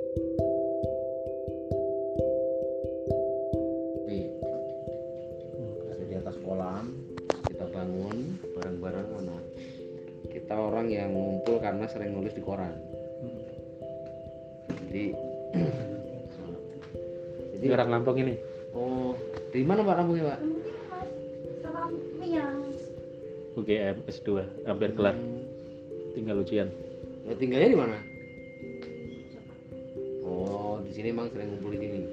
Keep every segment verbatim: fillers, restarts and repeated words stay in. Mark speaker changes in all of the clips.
Speaker 1: Ada di atas kolam, kita bangun bareng-bareng. Mana kita orang yang ngumpul karena sering nulis di koran. Jadi, jadi
Speaker 2: Ini orang Lampung ini.
Speaker 1: Oh, dari mana Pak kampungnya Pak?
Speaker 2: U G M S dua, hampir kelar.
Speaker 1: Hmm.
Speaker 2: Tinggal ujian.
Speaker 1: Ya, tinggalnya di mana? Oh, di sini emang sering ngumpul di sini.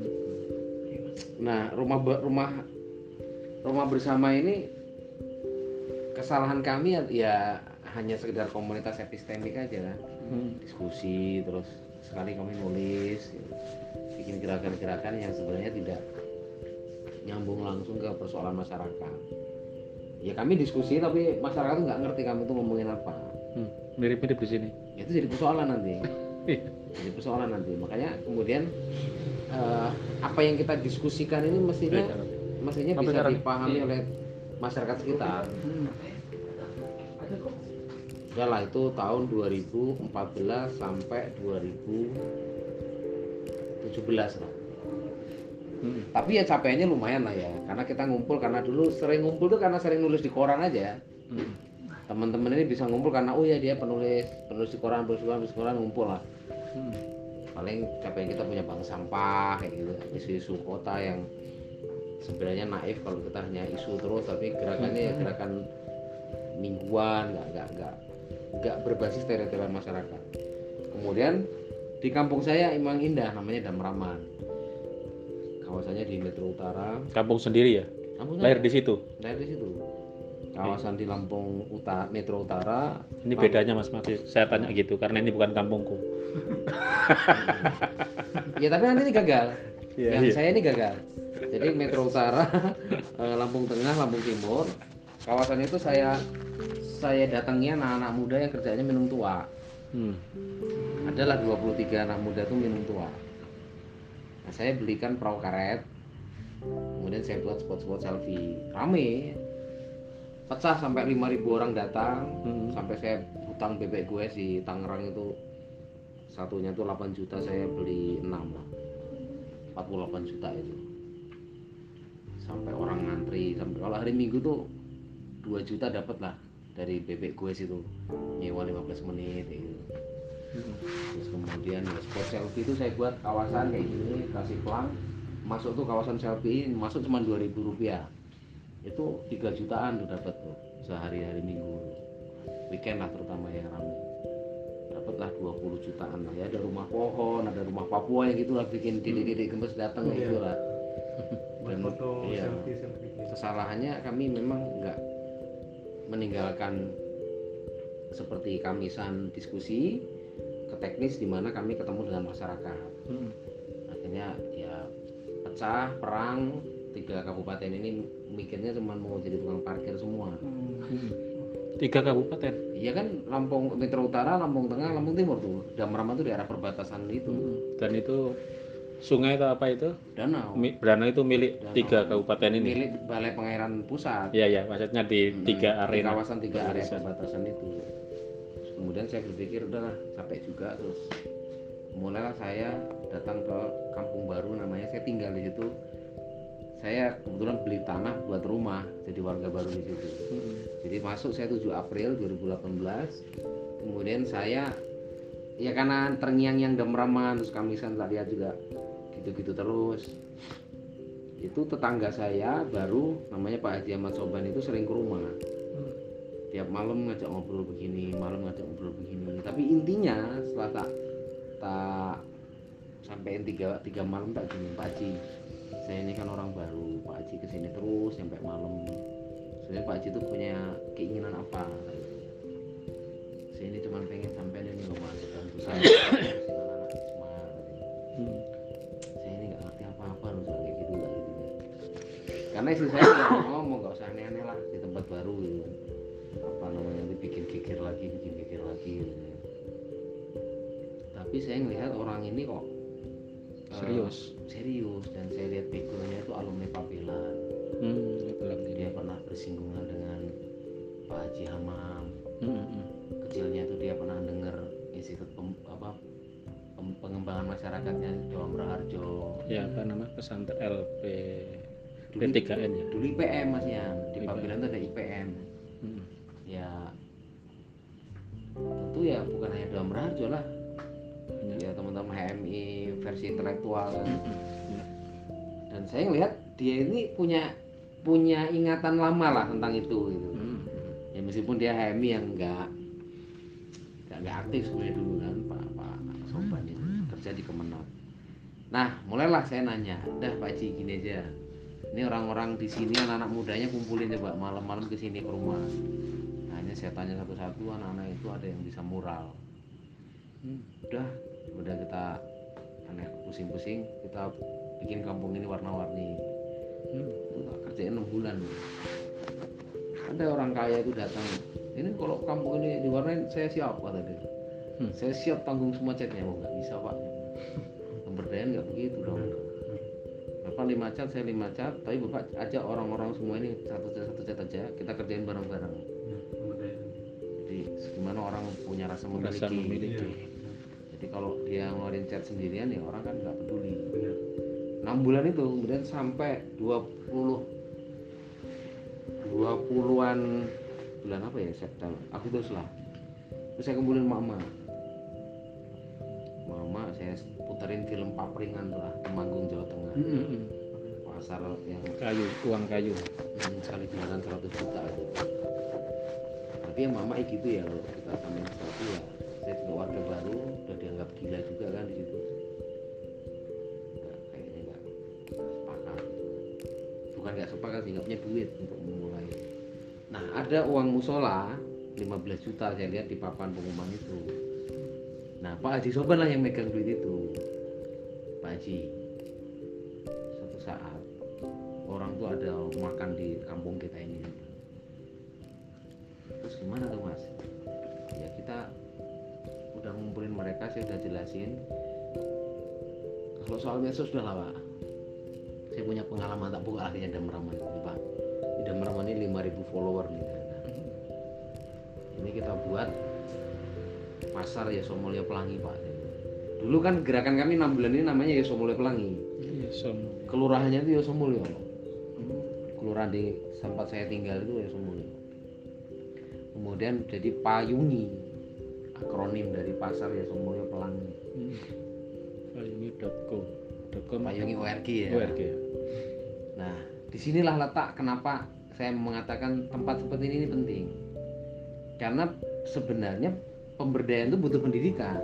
Speaker 1: Nah, rumah rumah rumah bersama ini kesalahan kami ya hanya sekedar komunitas epistemik aja kan.
Speaker 2: Hmm.
Speaker 1: Diskusi, terus sekali kami nulis, bikin gerakan-gerakan yang sebenarnya tidak nyambung langsung ke persoalan masyarakat. Ya kami diskusi tapi masyarakat tuh nggak ngerti kami tuh ngomongin apa.
Speaker 2: Hmm. Mirip-mirip di sini.
Speaker 1: Itu jadi persoalan nanti. Jadi persoalan nanti. Makanya kemudian uh, apa yang kita diskusikan ini mestinya mestinya bisa dipahami oleh masyarakat sekitar. Ya lah, itu tahun dua ribu empat belas sampai dua ribu tujuh belas lah. Hmm. Tapi ya capeknya lumayan lah ya, karena kita ngumpul karena dulu sering ngumpul tuh karena sering nulis di koran aja. Hmm. Teman-teman ini bisa ngumpul karena oh ya dia penulis penulis di koran, penulis di koran, penulis di koran ngumpul lah. Hmm. Paling capeknya kita punya bank sampah kayak gitu, isu-isu kota yang sebenarnya naif kalau kita hanya isu terus, tapi gerakannya ya gerakan mingguan, nggak nggak nggak nggak berbasis teritorial masyarakat. Kemudian di kampung saya emang indah, namanya Damraman. Kawasannya di Metro Utara.
Speaker 2: Kampung sendiri ya? Kampung lahir di situ?
Speaker 1: Lahir di situ. Kawasan di Lampung Utara, Metro Utara.
Speaker 2: Ini Lampung. Bedanya Mas Mati, saya tanya gitu karena ini bukan kampungku.
Speaker 1: Ya tapi nanti ini gagal.
Speaker 2: Ya,
Speaker 1: Yang
Speaker 2: iya.
Speaker 1: saya ini gagal. Jadi Metro Utara, Lampung Tengah, Lampung Timur. Kawasan itu saya saya datangi anak-anak muda yang kerjanya minum tua. Hmm. Adalah dua puluh tiga anak muda itu minum tua. Nah, saya belikan perahu karet, kemudian saya buat spot-spot selfie, rame, pecah sampai lima ribu orang datang, hmm. sampai saya hutang bebek gue di Tangerang itu satunya tuh delapan juta, saya beli enam lah, empat puluh delapan juta itu, sampai orang ngantri, sampai kalau hari Minggu tuh dua juta dapat lah dari bebek gue situ, nyewa lima belas menit gitu. Terus kemudian ya, spot selfie itu saya buat kawasan kayak gini, kasih pelang, masuk tuh kawasan selfie, masuk cuma dua ribu rupiah, itu tiga jutaan tuh dapat tuh sehari hari Minggu, weekend lah terutama yang ramai, dapatlah dua puluh jutaan lah ya. Ada rumah pohon, ada rumah Papua yang gitulah, bikin didik-didik gemes datang kayak gitulah. Dan foto, iya, selfie, selfie. Kesalahannya kami memang nggak meninggalkan seperti kamisan diskusi ke teknis di mana kami ketemu dengan masyarakat. Hmm. Akhirnya ya pecah, perang, tiga kabupaten ini mikirnya cuma mau jadi tukang parkir semua.
Speaker 2: Hmm. Tiga kabupaten?
Speaker 1: Iya kan, Lampung Metro Utara, Lampung Tengah, Lampung Timur tuh. Damraman tuh di arah perbatasan itu. Hmm.
Speaker 2: Dan itu sungai atau apa itu?
Speaker 1: Danau.
Speaker 2: Danau itu milik Danau. Tiga kabupaten ini?
Speaker 1: Milik Balai Pengairan Pusat.
Speaker 2: Iya, ya, maksudnya di hmm. tiga area.
Speaker 1: Di kawasan tiga area perbatasan itu. Kemudian saya berpikir udahlah capek juga, terus mulailah saya datang ke kampung baru namanya, saya tinggal di situ. Saya kebetulan beli tanah buat rumah, jadi warga baru di situ. Hmm. Jadi masuk saya tujuh April dua ribu delapan belas. Kemudian saya ya karena terngiang-ngiang Damraman, terus kamisan tak lihat juga gitu-gitu terus. Itu tetangga saya baru namanya Pak Haji Ahmad Soban itu sering ke rumah. Tiap malam ngajak ngobrol begini, malam ngajak ngobrol begini. Tapi intinya setelah tak tak sampein tiga, tiga malam tak gini, Pak Haji, saya ini kan orang baru, Pak Haji kesini terus sampai malam. Sebenarnya Pak Haji itu punya keinginan apa? Saya ini cuma pengen sampein ini loh Mas, bantu saya, anak-anak semua. Hmm. Saya ini nggak ngerti apa-apa loh soal kayak gitu, gitu. Karena istri saya nggak ngomong, nggak usah aneh-aneh lah di tempat baru gitu. Apa namanya, bikin geger lagi, bikin geger lagi gitu. Tapi saya ngelihat orang ini kok
Speaker 2: serius,
Speaker 1: uh, serius dan saya lihat backgroundnya itu alumni Pabelan. Hmm, dia pernah bersinggungan dengan Pak Haji Hamam. Hmm, hmm. Kecilnya itu dia pernah dengar institut pem, apa pem, pengembangan masyarakatnya Doam Raharjo.
Speaker 2: Ya apa nama pesantren L P P tiga N ya.
Speaker 1: Dulu I P M Mas Yan, di Pabilan itu ada I P M. Hmm. Ya tentu ya bukan hanya Doam Raharjo lah. Hmm. Ya teman-teman H M I versi intelektual kan. Hmm. Dan saya ngelihat dia ini punya punya ingatan lama lah tentang itu gitu. Hmm. Ya meskipun dia H M I yang enggak enggak aktif sebenarnya dulu kan Pak Pak Soban itu kerja di Kemenat. Nah, mulailah saya nanya, "Dah Pak Haji gini aja. Ini orang-orang di sini anak-anak mudanya kumpulin coba malam-malam ke sini ke rumah." Nah, ini saya tanya satu-satu, anak-anak itu ada yang bisa mural. Hmm. Udah, udah kita aneh pusing-pusing, kita bikin kampung ini warna-warni. Hmm. Kerjain enam bulan. Ada orang kaya itu datang, ini kalau kampung ini diwarnain saya siap kata dia. Hmm. Saya siap tanggung semua catnya. Oh nggak bisa Pak, pemberdayaan nggak begitu dong. Bapak lima cat, saya lima cat, tapi Bapak ajak orang-orang semua ini satu cat satu cat aja, kita kerjain bareng-bareng. Jadi gimana orang punya rasa memiliki. Rasa memiliki. Jadi kalau dia ngeluarin cat sendirian ya orang kan nggak peduli. enam bulan itu kemudian sampai dua puluh dua puluhan bulan apa ya, September, Agustus lah. Terus saya kumpulin mama. Mama saya puterin film Papringan tuh lah, Temanggung Jawa Tengah. Mm-hmm. Pasar yang
Speaker 2: kayu, uang kayu.
Speaker 1: Hmm, sekali jualan seratus juta gitu. Tapi ya mama gitu ya, kalau kita sampai sesuatu ya, saya juga warga baru, udah dianggap gila juga kan di situ. Nggak, kayaknya nggak sepakat. Bukan nggak sepakat sih, nggak punya duit untuk memulai. Nah, ada uang musola lima belas juta saya lihat di papan pengumuman itu. Nah, Pak Haji Soban lah yang megang duit itu. Pak Haji, suatu saat orang tuh ada makan di kampung kita ini. Terus gimana tuh Mas? Ya kita udah ngumpulin mereka, saya udah jelasin. Kalau soal medsos sudah lah Pak. Saya punya pengalaman tak buka akhirnya Dam Rahman itu Pak. Dam Rahman ini lima ribu follower nih. Ini kita buat pasar Yasomulyo Pelangi Pak. Dulu kan gerakan kami enam bulan ini namanya Yasomulyo Pelangi. Yasomulyo. Kelurahannya itu Yasomulyo. Kelurahan di tempat saya tinggal itu Yasomulyo. Kemudian jadi Payungi, akronim dari pasar Yasomulyo Pelangi. Hmm.
Speaker 2: Payungi dot com.
Speaker 1: Payungi O R G ya.
Speaker 2: O R G.
Speaker 1: Nah, disinilah letak kenapa saya mengatakan tempat seperti ini, ini penting. Karena sebenarnya pemberdayaan itu butuh pendidikan.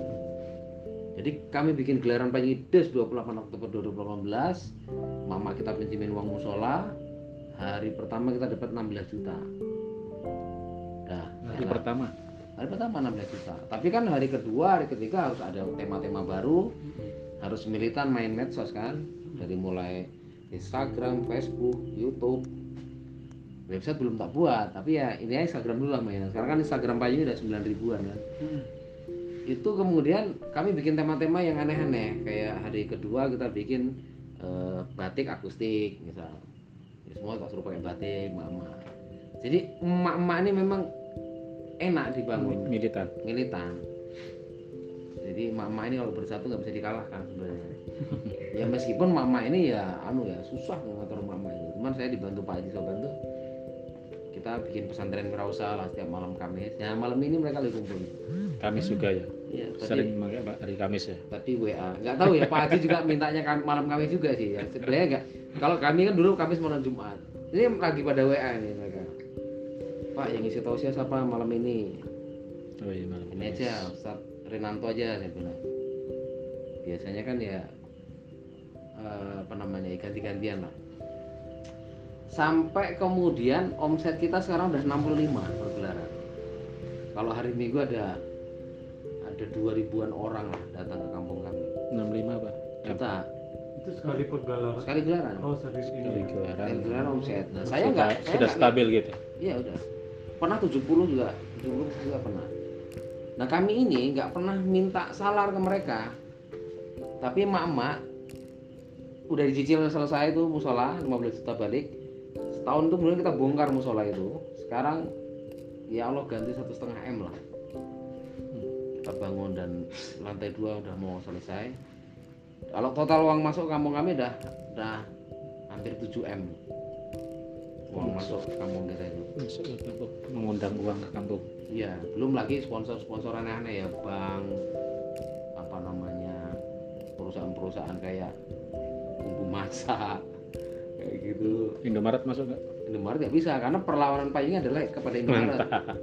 Speaker 1: Jadi kami bikin gelaran Payungi Des dua puluh delapan Oktober dua ribu delapan belas. Mama kita pinjemin uang musola. Hari pertama kita dapat enam belas juta. Nah,
Speaker 2: hari enak. pertama.
Speaker 1: Hari pertama enam belas juta. Tapi kan hari kedua, hari ketiga harus ada tema-tema baru. Harus militan main medsos kan. Dari mulai Instagram, Facebook, YouTube. Website belum tak buat, tapi ya ini ya Instagram dulu lah mainan. Sekarang kan Instagram Payungi udah sembilan ribuan kan. Hmm. Itu kemudian kami bikin tema-tema yang aneh-aneh. Kayak hari kedua kita bikin uh, batik akustik misal. Ya, semua tak suruh pakai batik, emak-emak. Jadi emak-emak ini memang enak dibangun.
Speaker 2: Militan.
Speaker 1: Militan. Jadi emak-emak ini kalau bersatu nggak bisa dikalahkan sebenarnya. Ya meskipun emak-emak ini ya anu ya susah ngatur emak-emak ini. Cuman saya dibantu Pak Haji Soban tuh. Kita bikin pesantren Wirausaha lah setiap malam Kamis. Ya malam ini mereka lagi kumpul.
Speaker 2: Kamis juga ya.
Speaker 1: Iya,
Speaker 2: sering pakai hari Kamis ya.
Speaker 1: Tadi W A. Enggak tahu ya Pak Haji juga mintanya malam Kamis juga sih ya. Sebenarnya enggak. Kalau kami kan dulu Kamis malam Jumat. Ini lagi pada W A ini mereka. Pak yang isi tausiah siapa malam ini?
Speaker 2: Oh iya malam.
Speaker 1: Ini aja Ustaz Renanto aja saya bilang. Biasanya kan ya uh, apa namanya ganti-gantian lah. Sampai kemudian omset kita sekarang udah enam puluh lima per gelaran. Kalau hari Minggu ada ada dua ribuan orang lah datang ke kampung kami.
Speaker 2: enam puluh lima Pak.
Speaker 1: Juta.
Speaker 3: Itu sekali per gelaran.
Speaker 1: Sekali gelaran.
Speaker 3: Oh, sekali
Speaker 2: sekali gelaran.
Speaker 1: Sekali gelaran omset. Nah, saya
Speaker 2: sudah,
Speaker 1: enggak
Speaker 2: sudah
Speaker 1: saya
Speaker 2: stabil
Speaker 1: enggak,
Speaker 2: gitu.
Speaker 1: Iya, udah. Pernah tujuh puluh juga, tujuh puluh juga pernah. Nah, kami ini enggak pernah minta salar ke mereka. Tapi emak-emak udah dicicil selesai itu musola lima belas juta balik. Setahun itu kemudian kita bongkar musola itu. Sekarang ya Allah ganti satu setengah m lah. Hmm. kita bangun dan lantai dua udah mau selesai. Kalau total uang masuk kampung kami udah udah hampir tujuh M uang masuk kampung desa itu.
Speaker 2: Masuk ke kampung, mengundang uang ke kampung.
Speaker 1: Iya, belum lagi sponsor-sponsor aneh-aneh ya, bank, apa namanya, perusahaan-perusahaan kayak bumbu masak kayak gitu.
Speaker 2: Indomaret masuk nggak?
Speaker 1: Indomaret nggak bisa karena perlawanan payungnya adalah kepada Indomaret.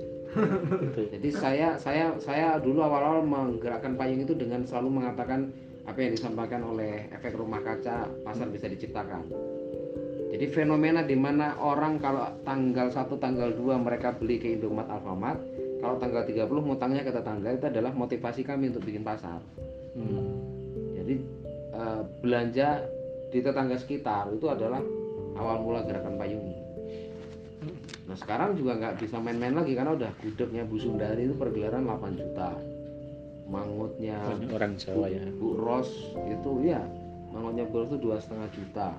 Speaker 1: Jadi saya saya saya dulu awal-awal menggerakkan payung itu dengan selalu mengatakan apa yang disampaikan oleh efek rumah kaca, pasar bisa diciptakan. Jadi fenomena di mana orang kalau tanggal satu, tanggal dua mereka beli ke Indomaret, Alfamart, kalau tanggal tiga puluh ngutangnya ke tetangga, itu adalah motivasi kami untuk bikin pasar. Hmm. Jadi eh, belanja di tetangga sekitar itu adalah awal mula gerakan payung ini. Nah sekarang juga nggak bisa main-main lagi karena udah gudegnya Bu Sundari itu pergelaran delapan juta, mangutnya
Speaker 2: banyak orang Jawa ya.
Speaker 1: Bu Ros itu ya, mangutnya Bu Ros itu dua setengah juta,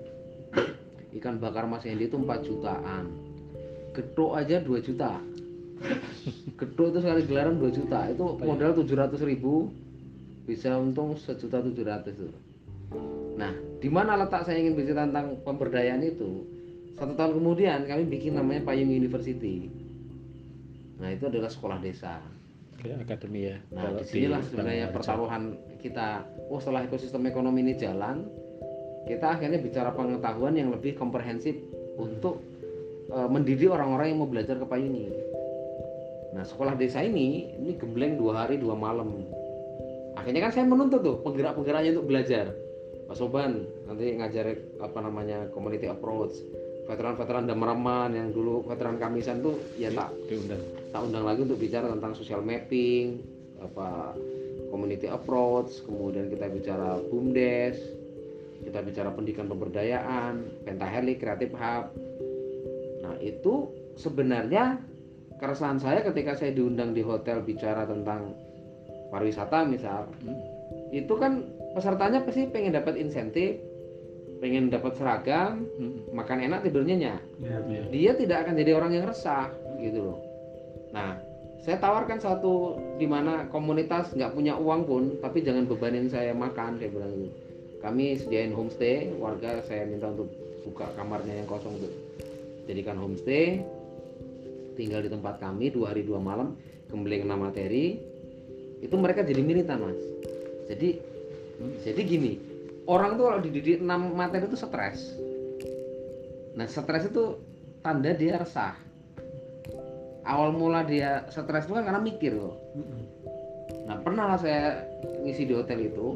Speaker 1: ikan bakar Mas Hendy itu empat jutaan, gedok aja dua juta, gedok itu sekali gelaran dua juta, itu modal tujuh ratus ribu bisa untung sejuta tujuh ratus itu. Nah di mana letak saya ingin bicara tentang pemberdayaan itu? Satu tahun kemudian kami bikin namanya Payung University. Nah itu adalah sekolah desa.
Speaker 2: Kayak akademi ya.
Speaker 1: Nah disinilah sebenarnya pertaruhan kita. Oh setelah ekosistem ekonomi ini jalan, kita akhirnya bicara pengetahuan yang lebih komprehensif untuk e, mendidik orang-orang yang mau belajar ke payung ini. Nah sekolah desa ini ini gembleng dua hari dua malam. Akhirnya kan saya menuntut tuh penggerak-penggeraknya untuk belajar. Pak Soban nanti ngajar apa namanya community approach. Veteran-veteran Damaraman yang dulu veteran Kamisan tuh ya tak diundang, tak undang lagi untuk bicara tentang social mapping, apa community approach, kemudian kita bicara BUMDes, kita bicara pendidikan pemberdayaan, Pentahelix, Creative Hub. Nah itu sebenarnya keresahan saya ketika saya diundang di hotel bicara tentang pariwisata misal, itu kan pesertanya pasti pengen dapat insentif, pengen dapat seragam, hmm. makan enak, tidur nyenyak. Ya, ya. Dia tidak akan jadi orang yang resah gitu loh. Nah saya tawarkan satu di mana komunitas nggak punya uang pun tapi jangan bebanin saya makan, saya bilang gitu. Kami sediain homestay, warga saya minta untuk buka kamarnya yang kosong untuk jadikan homestay, tinggal di tempat kami dua hari dua malam, gembleng enam materi. Itu mereka jadi militan mas. Jadi hmm. jadi gini, orang tuh kalau dididik enam materi itu stres. Nah stres itu tanda dia resah. Awal mula dia stres itu kan karena mikir loh. Nah pernah lah saya ngisi di hotel itu,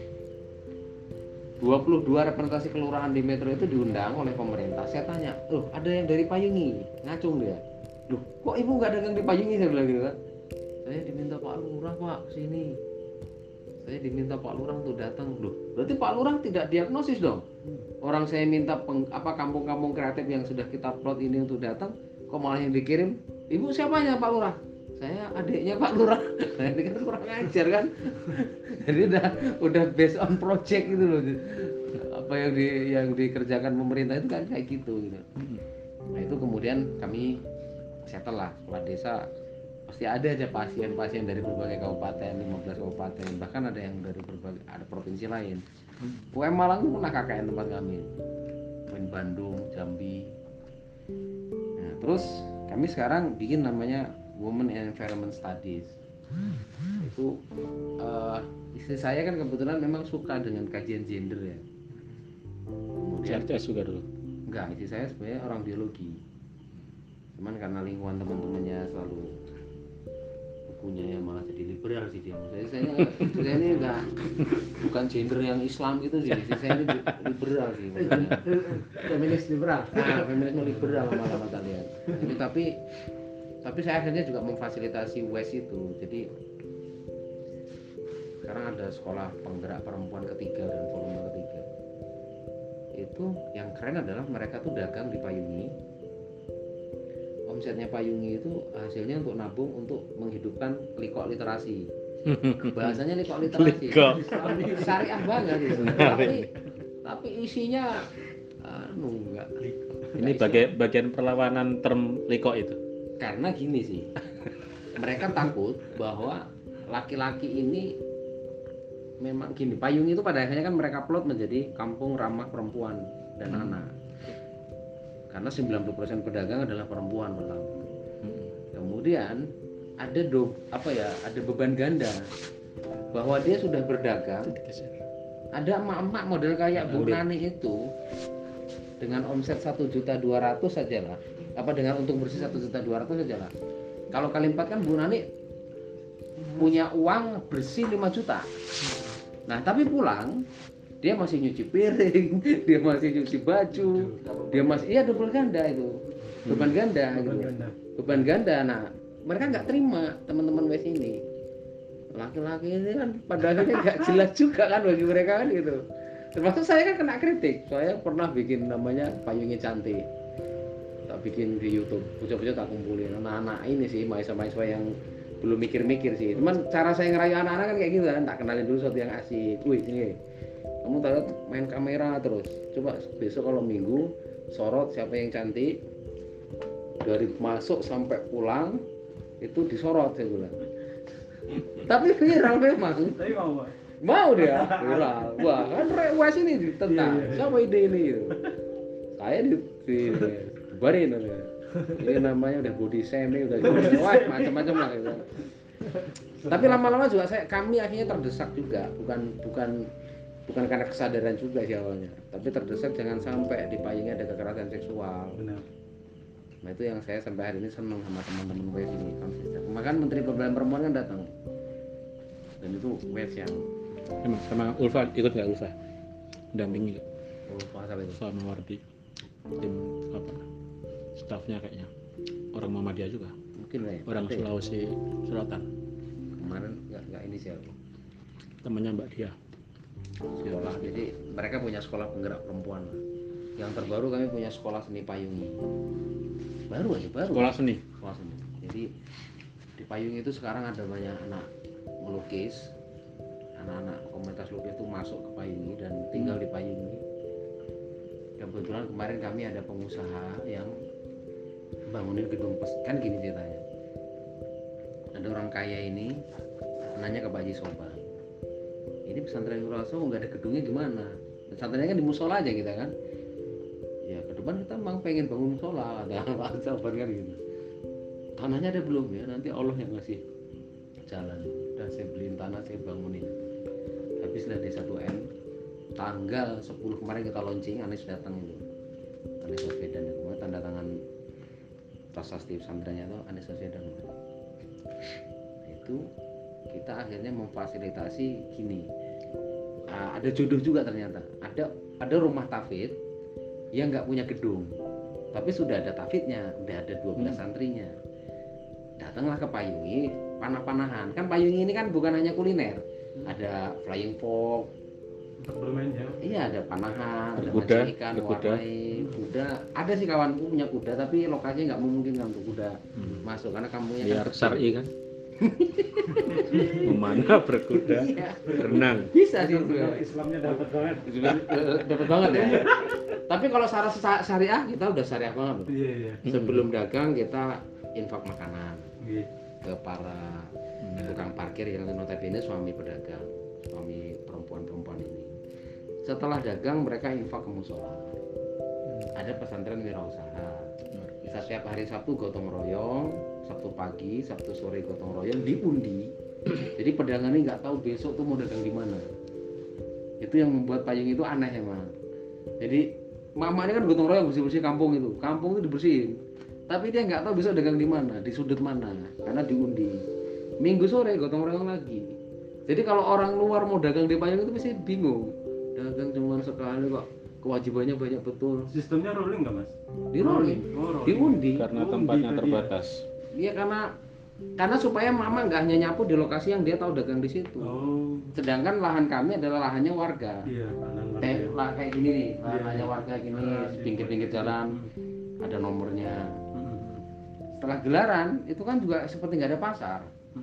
Speaker 1: dua puluh dua representasi kelurahan di Metro itu diundang oleh pemerintah. Saya tanya, loh ada yang dari Payungi? Ngacung dia. Loh kok ibu nggak dagang di Payungi? Saya bilang gitu kan. Saya diminta Pak Lurah Pak kesini. Saya diminta Pak Lurah untuk datang. Loh berarti Pak Lurah tidak diagnosis dong. Orang saya minta peng, apa kampung-kampung kreatif yang sudah kita plot ini untuk datang, kok malah yang dikirim ibu siapanya Pak Lurah? Saya adiknya Pak Lurah. Nah ini kan kurang ajar kan. Jadi udah udah based on project gitu loh. Apa yang di yang dikerjakan pemerintah itu kan kayak gitu gitu. Nah itu kemudian kami settle lah sekolah desa. Pasti ada aja pasien-pasien dari berbagai kabupaten, lima belas kabupaten, bahkan ada yang dari berbagai ada provinsi lain. U M Malang itu pernah K K N tempat kami, U M Bandung, Jambi. Nah, terus kami sekarang bikin namanya Women and Environment Studies. Itu uh, istri saya kan kebetulan memang suka dengan kajian gender ya. Kemudian
Speaker 2: C R T S juga dulu.
Speaker 1: Enggak, istri saya sebenarnya orang biologi. Cuman karena lingkungan teman-temannya selalu bukunya malah jadi liberal sih dia. Saya saya, saya ini enggak bukan gender yang Islam gitu sih. Saya ini liberal sih.
Speaker 3: Feminis liberal.
Speaker 1: Nah, feminisme liberal malah kalian. Jadi tapi tapi saya akhirnya juga memfasilitasi W E S itu. Jadi sekarang ada sekolah penggerak perempuan ketiga dan volume ketiga. Itu yang keren adalah mereka tuh dagang di Payungi. Omsetnya Payungi itu hasilnya untuk nabung untuk menghidupkan likok literasi. Bahasanya likok literasi. Syariah banget gitu. Tapi tapi isinya anu enggak.
Speaker 2: Ini bagian bagian perlawanan term likok itu.
Speaker 1: Karena gini sih. Mereka takut bahwa laki-laki ini memang gini, Payung itu pada akhirnya kan mereka plot menjadi kampung ramah perempuan dan hmm. anak. Karena sembilan puluh persen pedagang adalah perempuan pertama. Hmm. Kemudian ada do, apa ya, ada beban ganda bahwa dia sudah berdagang. Ada emak-emak model kayak Bu Nani itu dengan omset satu juta dua ratus saja lah. Apa dengan untung bersih satu juta dua ratus saja lah. Kalau kali empat kan Bu Nani punya uang bersih lima juta. Nah, tapi pulang dia masih nyuci piring, dia masih nyuci baju, dia masih iya double ganda itu. Beban ganda gitu. Beban ganda. Nah, mereka nggak terima teman-teman W S ini. Laki-laki ini kan pada akhirnya nggak jelas juga kan bagi mereka kan gitu. Termasuk saya kan kena kritik. Saya pernah bikin namanya Payungnya Cantik. Tak bikin di YouTube, bocah-bocah tak kumpulin. Anak-anak ini sih mahasiswa-mahasiswa yang belum mikir-mikir sih. Cuman cara saya ngerayu anak-anak kan kayak gitu kan, tak kenalin dulu sesuatu yang asik. Wih, sini. Kamu tahu main kamera terus. Coba besok kalau Minggu sorot siapa yang cantik. Dari masuk sampai pulang itu disorot saya bilang. Tapi viral memang. Tapi mau, Pak. Mau dia viral. Wah, kan rewas ini ditentang. Iya, iya. Siapa ide ini gitu. Saya di, di barin namanya. Ini namanya udah body shaming, udah gitu. Wah, macam-macam lah gitu. Tapi lama-lama juga saya kami akhirnya terdesak juga, bukan bukan bukan karena kesadaran juga sih awalnya, tapi terdesak jangan sampai di Payungnya ada kekerasan seksual. Benar. Nah itu yang saya sampai hari ini senang sama teman-teman W S ini konsisten. Bahkan Menteri Pemberdayaan Perempuan kan datang, dan itu W S yang
Speaker 2: emang sama Ulfa ikut nggak Ulfa? Dampingi nggak?
Speaker 1: Ulfa sama itu.
Speaker 2: Sama Wardi, tim apa? Stafnya kayaknya orang Muhammadiyah juga. Mungkin lah ya. Orang Nanti. Sulawesi Selatan.
Speaker 1: Kemarin nggak nggak inisial.
Speaker 2: Temannya Mbak Dia.
Speaker 1: Sekolah. Jadi mereka punya sekolah penggerak perempuan. Yang terbaru kami punya sekolah seni Payungi. Baru aja baru.
Speaker 2: Sekolah seni.
Speaker 1: Sekolah seni. Jadi di Payungi itu sekarang ada banyak anak melukis. Anak-anak komunitas lukis itu masuk ke Payungi dan tinggal di Payungi. Kebetulan kemarin kami ada pengusaha yang bangunin gedung pes, kan gini ceritanya. Ada orang kaya ini nanya ke Pak Haji Soban, ini pesantren Wiraso nggak ada gedungnya gimana? Pesantrennya kan di musola aja kita kan. Ya ke depan kita memang pengen bangun musola, ada Pak Haji Soban kan gitu. Tanahnya ada belum ya? Nanti Allah yang ngasih jalan. Dan saya beliin tanah, saya bangunin. Habislah desa satu M. Tanggal sepuluh kemarin kita launching, Anies datang itu. Anies Baswedan itu, tanda tangan prasasti pesantrennya itu Anies Baswedan. Itu kita akhirnya memfasilitasi gini. Nah, ada jodoh juga ternyata. Ada ada rumah tafid yang nggak punya gedung, tapi sudah ada tafidnya, udah ada dua belas hmm. santrinya. Datanglah ke Payungi, panah-panahan. Kan Payungi ini kan bukan hanya kuliner, ada flying fox. Bermain ya? Iya, ada panahan, ada
Speaker 2: kuda,
Speaker 1: ikan, warnai, kuda. Ada sih kawanku punya kuda, tapi lokasinya nggak memungkinkan untuk kuda hmm. masuk karena kampungnya
Speaker 2: biar
Speaker 1: kan
Speaker 2: syar'i kan. Memanah berkuda, iya. Berenang.
Speaker 1: Bisa sih itu.
Speaker 3: Islamnya dapat banget.
Speaker 1: Dapat banget ya. Tapi kalau secara syariah kita udah syariah banget.
Speaker 3: Iya, iya.
Speaker 1: Sebelum dagang kita infak makanan
Speaker 3: iya.
Speaker 1: ke para tukang parkir yang notabene suami pedagang, suami perempuan-perempuan ini. Setelah dagang mereka infak ke musola. Hmm. Ada pesantren wirausaha. Setiap hari Sabtu gotong royong, Sabtu pagi, Sabtu sore gotong royong diundi. Jadi pedagang ini nggak tahu besok tuh mau dagang di mana. Itu yang membuat Payung itu aneh emang. Jadi mama ini kan gotong royong bersih-bersih kampung itu. Kampung itu dibersihin. Tapi dia nggak tahu besok dagang di mana, di sudut mana, karena diundi. Minggu sore gotong royong lagi. Jadi kalau orang luar mau dagang di Payung itu pasti bingung. Dagang cuma sekali kok, kewajibannya banyak betul.
Speaker 3: Sistemnya rolling nggak mas?
Speaker 1: Di rolling, oh, rolling. Diundi.
Speaker 2: Karena tempatnya
Speaker 3: undi,
Speaker 2: terbatas.
Speaker 1: Iya karena karena supaya mama nggak hanya nyapu di lokasi yang dia tahu dagang di situ. Oh. Sedangkan lahan kami adalah lahannya warga. Iya. Lahan eh, lah kayak gini nih, lahannya warga gini, pinggir-pinggir jalan, ada nomornya. Setelah gelaran itu kan juga seperti nggak ada pasar.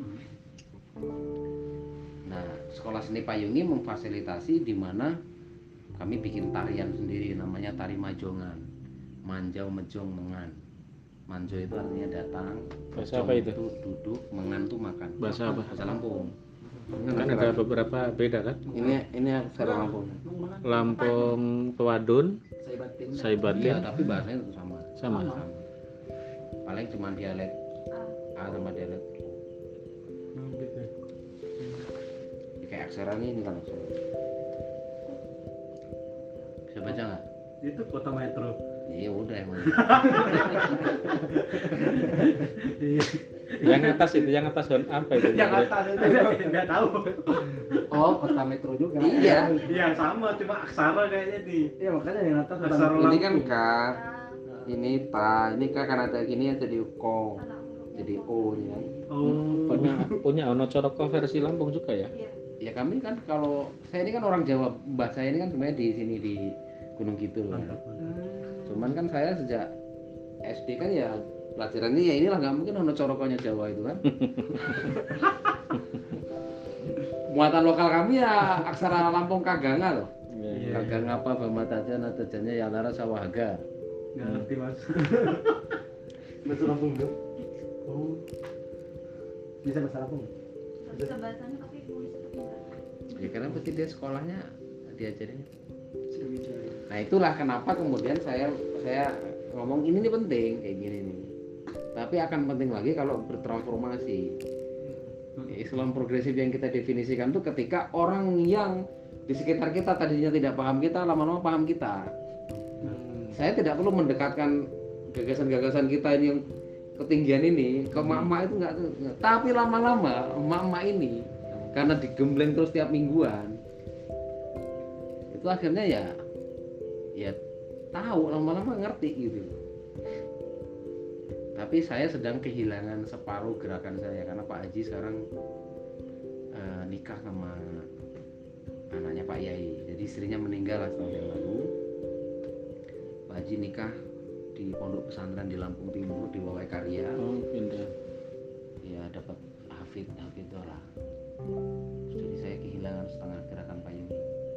Speaker 1: Nah, sekolah seni Payungi memfasilitasi di mana kami bikin tarian sendiri namanya tari majongan, manjau mejong mengan. Manjo itu artinya datang.
Speaker 2: Bahasa apa itu?
Speaker 1: Itu duduk, mengan tuh makan.
Speaker 2: Bahasa apa?
Speaker 1: Bahasa Lampung.
Speaker 2: Kan ada beberapa beda kan?
Speaker 1: Ini ini aksara Lampung.
Speaker 2: Lampung Pewadun, Saibatin.
Speaker 1: Iya, tapi bahasanya itu sama.
Speaker 2: Sama.
Speaker 1: Sama. Paling cuma dialek A sama dialek O. Kayak aksara ini kan aksara. Bisa baca nggak?
Speaker 3: Itu kota metro.
Speaker 1: Iya udah emang.
Speaker 2: Yang atas itu, yang atas zon apa itu?
Speaker 3: Yang atas itu nggak tahu.
Speaker 4: Oh, kota metro juga.
Speaker 1: Iya.
Speaker 3: Iya sama, cuma aksara kayaknya di.
Speaker 4: Iya, makanya yang atas kota
Speaker 3: Aksara
Speaker 4: metro.
Speaker 1: Ini kan K, ini ta, ini K kan ada gini ya jadi ko, jadi O ya.
Speaker 3: Oh.
Speaker 2: Punya punya Ono Coroko versi Lampung juga ya?
Speaker 1: Ya kami kan kalau saya ini kan orang Jawa, bahasa ini kan sebenarnya di sini di Gunung Kidul kan. Cuman kan saya sejak S D kan ya pelajarannya ya inilah, nggak mungkin ono corokonya Jawa itu kan. Muatan lokal kami ya aksara Lampung Kaganga loh.
Speaker 2: Iya.
Speaker 1: Kagang apa Bamataja Natajannya ya Lara Sawahaga.
Speaker 3: Nggak ngerti mas. Bahasa Lampung dong. Oh.
Speaker 4: Bisa bahasa Lampung.
Speaker 5: Bisa bahasanya tapi nulis tetap enggak.
Speaker 1: Ya karena pasti dia sekolahnya diajarinnya. Nah itulah kenapa kemudian saya saya ngomong ini nih penting kayak gini nih. Tapi akan penting lagi kalau bertransformasi. Islam progresif yang kita definisikan itu ketika orang yang di sekitar kita tadinya tidak paham kita lama-lama paham kita. Saya tidak perlu mendekatkan gagasan-gagasan kita ini yang ketinggian ini ke mama itu enggak, enggak. Tapi lama-lama mama ini karena digembleng terus tiap mingguan itu akhirnya ya ya tahu lama-lama ngerti gitu. Tapi saya sedang kehilangan separuh gerakan saya karena Pak Haji sekarang uh, nikah sama anaknya Pak Yai. Jadi istrinya meninggal setahun yang lalu. Pak Haji nikah di pondok pesantren di Lampung Timur di Wawai Karya.
Speaker 2: Oh, pindah.
Speaker 1: Ya dapat hafid hafid lah. Jadi saya kehilangan setengah gerakan payung.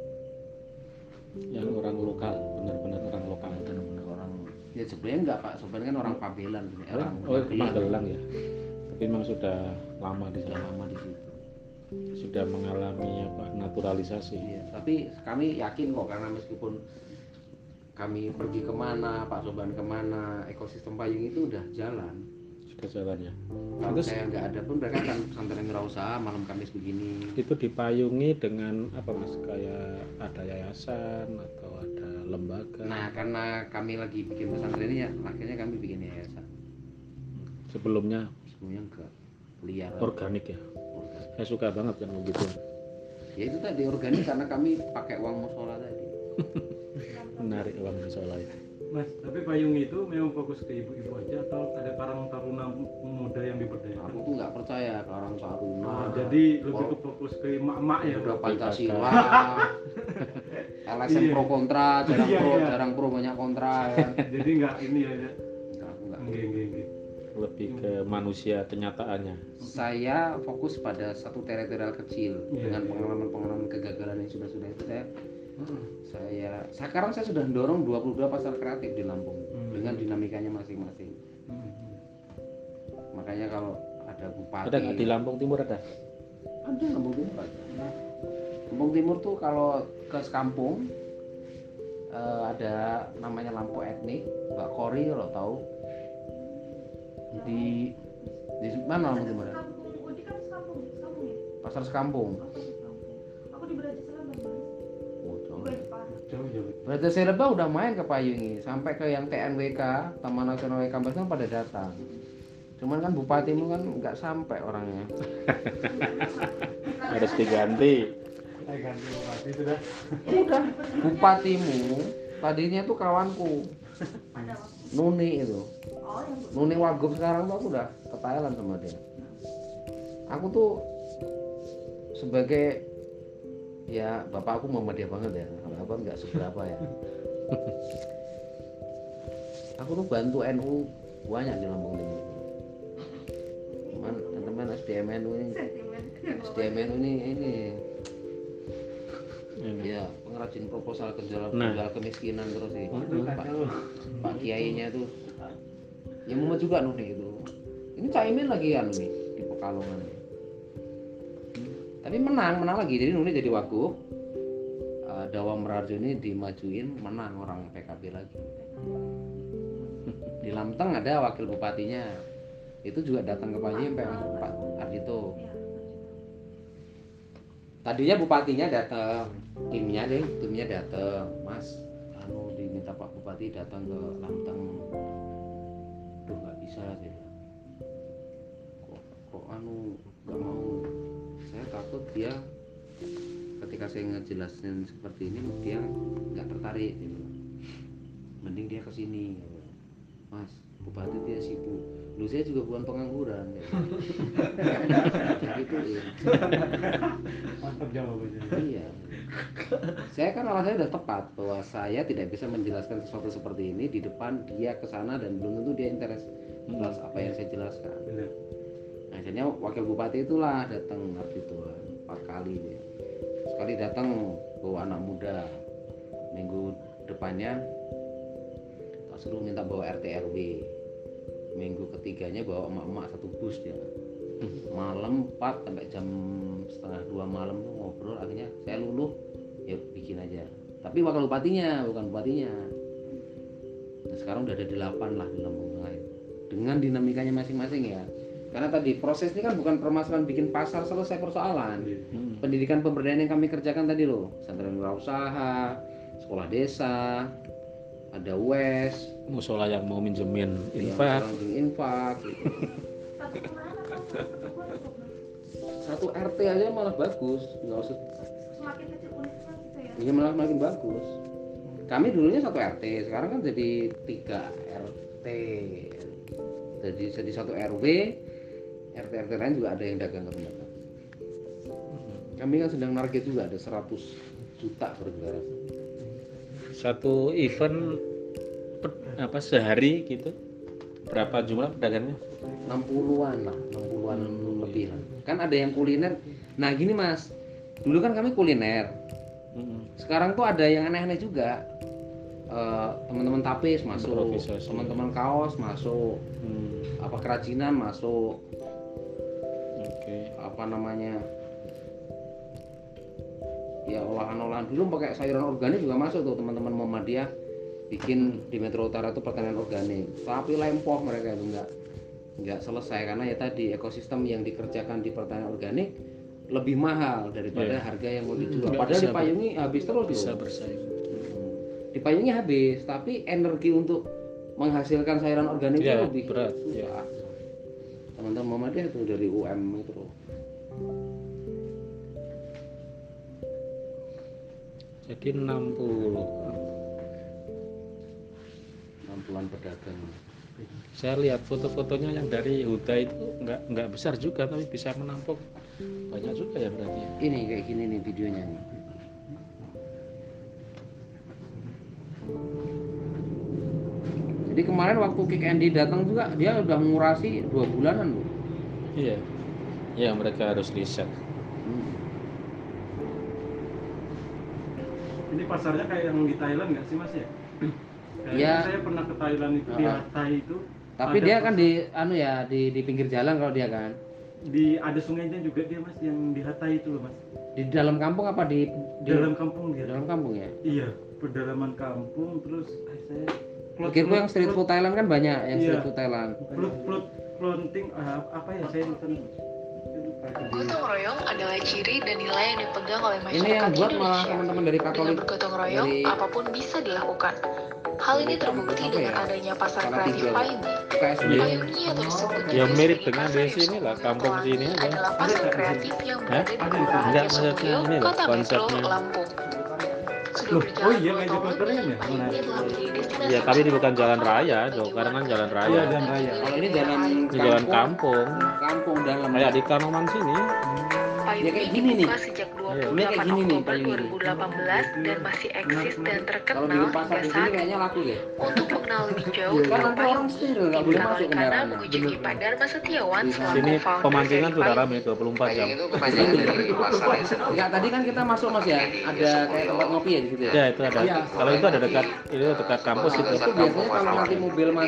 Speaker 2: Yang orang lokal, benar-benar orang lokal.
Speaker 1: Benar-benar orang. Ya sebenarnya enggak Pak, sebenarnya kan orang Pabelan, orang
Speaker 2: Oh, Magelang ya. Tapi memang sudah lama di
Speaker 1: sudah
Speaker 2: sana.
Speaker 1: lama di situ.
Speaker 2: Sudah mengalami apa? Naturalisasi.
Speaker 1: Iya, tapi kami yakin kok karena meskipun kami pergi kemana, Pak Soban kemana, ekosistem payung itu udah jalan.
Speaker 2: Sudah jalan ya.
Speaker 1: Kalau
Speaker 2: Terus-
Speaker 1: saya nggak ada pun mereka akan pesantren wirausaha malam Kamis begini.
Speaker 2: Itu dipayungi dengan apa mas? Kayak ada yayasan atau ada lembaga?
Speaker 1: Nah, karena kami lagi bikin pesantren ini ya, akhirnya kami bikin yayasan.
Speaker 2: Sebelumnya
Speaker 1: Sebelumnya enggak liar.
Speaker 2: organik ya.
Speaker 1: Organik.
Speaker 2: Saya suka banget yang begitu.
Speaker 1: Ya itu tadi organik karena kami pakai uang musola tadi.
Speaker 2: Menarik uang musola itu.
Speaker 3: Mas, tapi payung itu memang fokus ke ibu-ibu aja atau ada karang taruna muda yang diberdayakan?
Speaker 1: Aku tuh nggak percaya ke orang Taruna.
Speaker 3: Nah, jadi lebih ke fokus ke emak-emak ya.
Speaker 1: Udah Pancasila, L S M
Speaker 3: Iya.
Speaker 1: pro kontra, jarang
Speaker 3: Iya,
Speaker 1: pro,
Speaker 3: iya.
Speaker 1: jarang pro banyak kontra. Ya.
Speaker 3: Jadi nggak ini ya. ya.
Speaker 1: Enggak, aku nggak.
Speaker 3: Nggih, nggih, nggih.
Speaker 2: Lebih ke manusia kenyataannya.
Speaker 1: Saya fokus pada satu teritorial kecil
Speaker 3: Iya,
Speaker 1: dengan
Speaker 3: iya.
Speaker 1: pengalaman-pengalaman kegagalan yang sudah-sudah itu saya saya sekarang saya sudah dorong dua puluh dua pasar kreatif di Lampung
Speaker 3: Hmm.
Speaker 1: dengan dinamikanya masing-masing.
Speaker 3: Hmm.
Speaker 1: Makanya kalau ada bupati
Speaker 2: Ada nggak di Lampung Timur ada?
Speaker 1: ada Lampung Timur ada. Lampung Timur tuh kalau ke sekampung eh, ada namanya Lampu Etnik, Mbak Kori kalau tahu di di mana Lampung Timur?
Speaker 5: Kampung Udi kan sekampung, sekampung ya.
Speaker 1: Pasar Sekampung.
Speaker 5: Apa sekampung? Aku di Beraja Selatan, Mas.
Speaker 1: Oh, jauh.
Speaker 5: Gue di Parah.
Speaker 3: Jauh jauh.
Speaker 1: Berarti Serba udah main ke Payungi sampai ke yang T N W K Taman Nasional Waikambas kan pada datang. Cuman kan bupatimu kan nggak sampai orangnya.
Speaker 2: Harus diganti.
Speaker 3: Saya ganti bupati sudah.
Speaker 1: Udah bupatimu tadinya tuh kawanku
Speaker 5: Ada waktu.
Speaker 1: Nuni itu.
Speaker 5: Oh, yang
Speaker 1: Nuni Wagub sekarang tuh aku udah ke Thailand sama dia. Aku tuh sebagai ya bapak aku Muhammadiyah banget ya, kalau abang nggak seberapa ya. Aku tuh bantu N U banyak di Lampung Timur. Teman teman S D M N U ini,
Speaker 5: sentimen.
Speaker 1: S D M N U ini ini
Speaker 2: Ini.
Speaker 1: ya pengrajin proposal kejual
Speaker 2: Nah.
Speaker 1: kejual kemiskinan terus sih.
Speaker 3: Itu
Speaker 1: Pak,
Speaker 3: kacau.
Speaker 1: Pak Kiainya tuh Ya Muhammad juga nih itu. Ini Caimin lagi kan nih di Pekalongan. Tapi menang, menang lagi. Jadi Nuni jadi wagub. Uh, Dawa Merarjo ini dimajuin, menang orang P K B lagi. Di Lamteng ada wakil bupatinya. Itu juga datang ke Panji sampai Pak Ardito. Tadinya bupatinya datang, timnya deh, timnya datang. Mas, anu diminta Pak Bupati datang ke Lamteng. Duh nggak bisa sih. Kok, kok anu nggak mau? Saya takut dia ketika saya ngejelasin seperti ini dia nggak tertarik gitu. Mending dia kesini, Mas Bupati dia sibuk. Lu saya juga bukan pengangguran. Gitu ya.
Speaker 3: Mantap jawabannya.
Speaker 1: Iya. Saya kan alasannya udah tepat bahwa saya tidak bisa menjelaskan sesuatu seperti ini di depan dia kesana dan belum tentu dia interest jelas apa yang saya jelaskan.
Speaker 3: Benar.
Speaker 1: Nah, akhirnya wakil bupati itulah datang Ardito empat kali dia. Sekali datang bawa anak muda. Minggu depannya tak suruh minta bawa R T R W. Minggu ketiganya bawa emak-emak satu bus dia. Malam empat sampai jam setengah dua malam tuh ngobrol, akhirnya saya luluh ya bikin aja. Tapi wakil bupatinya bukan bupatinya. Nah, sekarang udah ada delapan lah di Lampung Tengah itu. Dengan dinamikanya masing-masing ya. Karena tadi proses ini kan bukan permasalahan bikin pasar selesai persoalan. Hmm. Pendidikan pemberdayaan yang kami kerjakan tadi loh, pesantren wirausaha, sekolah desa, ada U E S,
Speaker 2: musola yang mau minjemin infak,
Speaker 1: yang infak. Gitu. Satu R T aja malah bagus, nggak usah.
Speaker 5: Semakin kecil unitnya gitu ya.
Speaker 1: Iya malah makin bagus. Kami dulunya satu R T, sekarang kan jadi tiga R T. Jadi jadi satu R W, R T R T lain juga ada yang dagang kebenaran. Kami kan sedang target juga ada seratus juta per negara.
Speaker 2: Satu event per, apa sehari gitu. Berapa jumlah pedagangnya?
Speaker 1: enam puluhan lah, enam puluhan lebih lah. Kan ada yang kuliner. Nah, gini Mas. Dulu kan kami kuliner. Sekarang tuh ada yang aneh-aneh juga. Uh, teman-teman tapis masuk, teman-teman kaos masuk, hmm. apa kerajinan masuk,
Speaker 2: okay.
Speaker 1: apa namanya ya olahan-olahan dulu pakai sayuran organik juga masuk tuh teman-teman Muhammadiyah bikin di Metro Utara tuh pertanian organik, tapi lempoh mereka itu enggak enggak selesai karena ya tadi ekosistem yang dikerjakan di pertanian organik lebih mahal daripada yeah. harga yang mau dijual. Hmm, padahal dipayungi habis terus
Speaker 2: bisa
Speaker 1: loh.
Speaker 2: bersaing.
Speaker 1: Dipayungi habis, tapi energi untuk menghasilkan sayuran organik
Speaker 2: ya,
Speaker 1: itu lebih
Speaker 2: berat.
Speaker 1: susah.
Speaker 2: Ya.
Speaker 1: Teman-teman Muhammadiyah itu dari U M itu loh.
Speaker 2: Jadi enam puluh
Speaker 1: enam puluhan pedagang.
Speaker 2: Saya lihat foto-fotonya yang dari Huda itu nggak nggak besar juga, tapi bisa menampung banyak juga ya berarti.
Speaker 1: Ini kayak gini nih videonya nih. Jadi kemarin waktu Kick Andy datang juga dia udah ngurasi dua bulanan loh.
Speaker 2: Iya. Ya mereka harus riset.
Speaker 1: Hmm.
Speaker 3: Ini pasarnya kayak yang di Thailand nggak sih Mas ya?
Speaker 1: Iya.
Speaker 3: Saya pernah ke Thailand itu uh-huh. di Hatay itu.
Speaker 1: Tapi dia kan di anu ya di di pinggir jalan kalau dia kan.
Speaker 3: Di ada sungainya juga dia Mas yang di Hatay itu loh Mas.
Speaker 1: Di dalam kampung apa di,
Speaker 3: di dalam kampung dia?
Speaker 1: Dalam kampung ya?
Speaker 3: Iya, pedalaman kampung terus eh, saya
Speaker 1: Pikirku yang street food Thailand kan banyak yang
Speaker 3: iya.
Speaker 1: street food Thailand.
Speaker 3: Plot plot plotting uh, apa ya saya lupa.
Speaker 6: Gotong royong adalah ciri dan nilai yang dipegang oleh masyarakat
Speaker 1: ini yang buat malah
Speaker 6: Indonesia.
Speaker 1: teman-teman dari Katolik.
Speaker 6: Dengan bergotong royong,
Speaker 1: dari...
Speaker 6: apapun bisa dilakukan. Hal ini terbukti
Speaker 1: apa
Speaker 6: dengan
Speaker 1: ya?
Speaker 6: adanya pasar kreatif Payuni.
Speaker 1: Ya.
Speaker 6: Payuni atau disebut
Speaker 2: Ya mirip dengan di sini lah, kampung sini aja.
Speaker 6: adalah pasar kreatif yang berada di Kelurahan
Speaker 2: Enggak,
Speaker 6: Yosubio,
Speaker 2: maksudnya ini loh,
Speaker 6: Kota Metro,
Speaker 2: konsepnya.
Speaker 6: Lampung.
Speaker 3: Loh, oh iya ngajak motornya ya?
Speaker 2: Iya, tapi ini bukan jalan raya, dong, karena kan jalan raya.
Speaker 3: Iya, jalan raya.
Speaker 1: Kalau ini jalan
Speaker 2: Ini jalan kampung.
Speaker 1: Kampung dalam.
Speaker 2: Kayak di Kanoman sini.
Speaker 6: Payuni
Speaker 1: Ya, kayak gini nih.
Speaker 6: dibuka sejak dua puluh
Speaker 1: Ini kayak
Speaker 6: delapan
Speaker 1: gini nih,
Speaker 6: Oktober
Speaker 1: Payuni.
Speaker 6: dua ribu delapan belas dan masih eksis dan
Speaker 1: Kalau
Speaker 6: terkenal
Speaker 1: di pasar
Speaker 6: hingga
Speaker 1: di sini
Speaker 6: saat
Speaker 1: kayaknya laku deh.
Speaker 6: Untuk mengenal lebih jauh
Speaker 1: Kan nanti orang steril nggak boleh masuk
Speaker 6: Karena
Speaker 1: kendaraan.
Speaker 6: mengunjungi Pak Dharma Setiawan selaku
Speaker 2: Sini
Speaker 6: founder
Speaker 2: pemancingan
Speaker 6: dari
Speaker 2: sudah
Speaker 6: Payuni.
Speaker 2: ramai dua puluh empat jam.
Speaker 7: Itu kepanjangan dari pasar ya.
Speaker 1: Enggak, tadi kan kita masuk Mas ya. Ada kayak tempat ngopi ya di situ ya.
Speaker 2: Ya itu ada.
Speaker 1: Iya.
Speaker 2: Kalau itu ada dekat, itu dekat kampus itu.
Speaker 1: Itu biasanya kalau nanti mobil masuk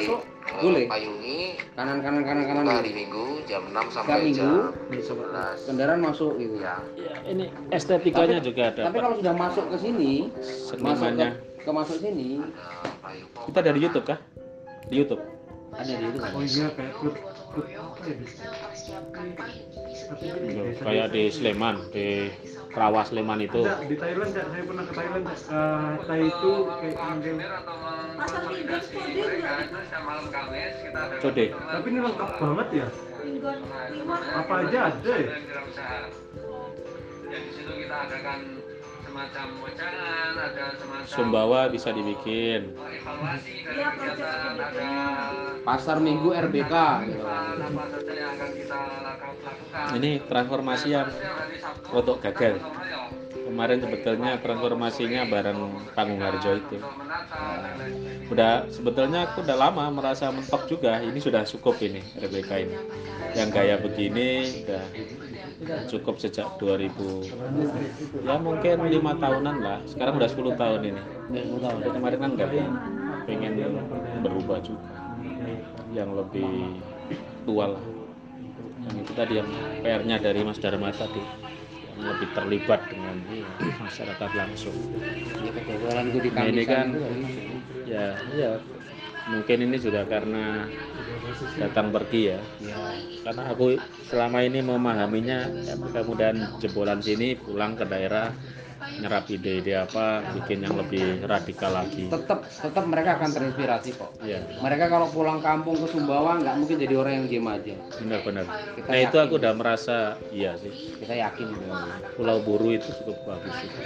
Speaker 1: Boleh.
Speaker 7: Payungi
Speaker 1: Kanan kanan kanan kanan.
Speaker 7: hari Minggu jam enam
Speaker 1: Setiap
Speaker 7: sampai
Speaker 1: minggu
Speaker 7: jam sebelas.
Speaker 1: kendaraan masuk gitu.
Speaker 7: Ya.
Speaker 2: Ya, ini estetikanya
Speaker 1: Tapi-
Speaker 2: juga ada.
Speaker 1: Tapi kalau sudah masuk ke sini, masuk ke,
Speaker 2: Senimannya.
Speaker 1: ke masuk sini,
Speaker 7: Ada payung.
Speaker 2: Kita dari YouTube kah? Di YouTube.
Speaker 1: ada di itu kan.
Speaker 3: Oh iya kayak klub klub apa ya? Bis? Tapi ini di desa-
Speaker 2: Kayak di Sleman, di Rawa Sleman itu.
Speaker 3: Enggak, di Thailand enggak, saya pernah ke Thailand. Uh, Thai itu kayak manggil.
Speaker 5: Pasar mingguan kode enggak?
Speaker 2: Code.
Speaker 3: Tapi ini lengkap banget ya.
Speaker 5: Mingguan lima.
Speaker 3: Apa aja ada ya?
Speaker 8: Ya di situ kita adakan semacam wejangan, ada semacam
Speaker 2: Sumbawa bisa dibikin.
Speaker 8: evaluasi dari
Speaker 5: Iya,
Speaker 8: kegiatan,
Speaker 5: proyek
Speaker 8: ada
Speaker 1: Pasar Minggu R B K gitu kan.
Speaker 8: apa saja yang akan kita laku- lakukan.
Speaker 2: Ini transformasi yang untuk gagal. Kemarin sebetulnya transformasinya bareng Panggung Harjo itu. Udah sebetulnya aku udah lama merasa mentok juga. Ini sudah cukup ini R B K ini. Yang gaya begini udah cukup sejak dua ribu. Ya mungkin lima tahunan lah. Sekarang udah sepuluh tahun ini. Tapi kemarin kan nggak pengen berubah juga. Yang lebih tua lah. Yang itu tadi yang P R-nya dari Mas Dharma tadi. Yang lebih terlibat dengan ya, masyarakat langsung.
Speaker 1: Ya kegagalan gue di
Speaker 2: Nah, ini
Speaker 1: Kamisan
Speaker 2: kan-
Speaker 1: itu kayak gitu.
Speaker 2: Ya, ya. Mungkin ini juga karena datang pergi ya.
Speaker 1: Ya,
Speaker 2: Karena aku selama ini memahaminya, ya, kemudian jebolan sini pulang ke daerah nyerap ide-ide apa, bikin yang lebih radikal lagi.
Speaker 1: tetap tetap mereka akan terinspirasi kok.
Speaker 2: Ya,
Speaker 1: Mereka kalau pulang kampung ke Sumbawa nggak mungkin jadi orang yang diem aja.
Speaker 2: benar-benar.
Speaker 1: Kita
Speaker 2: Nah itu
Speaker 1: yakin.
Speaker 2: aku udah merasa iya sih.
Speaker 1: Kita yakin.
Speaker 2: Pulau Buru itu cukup bagus itu.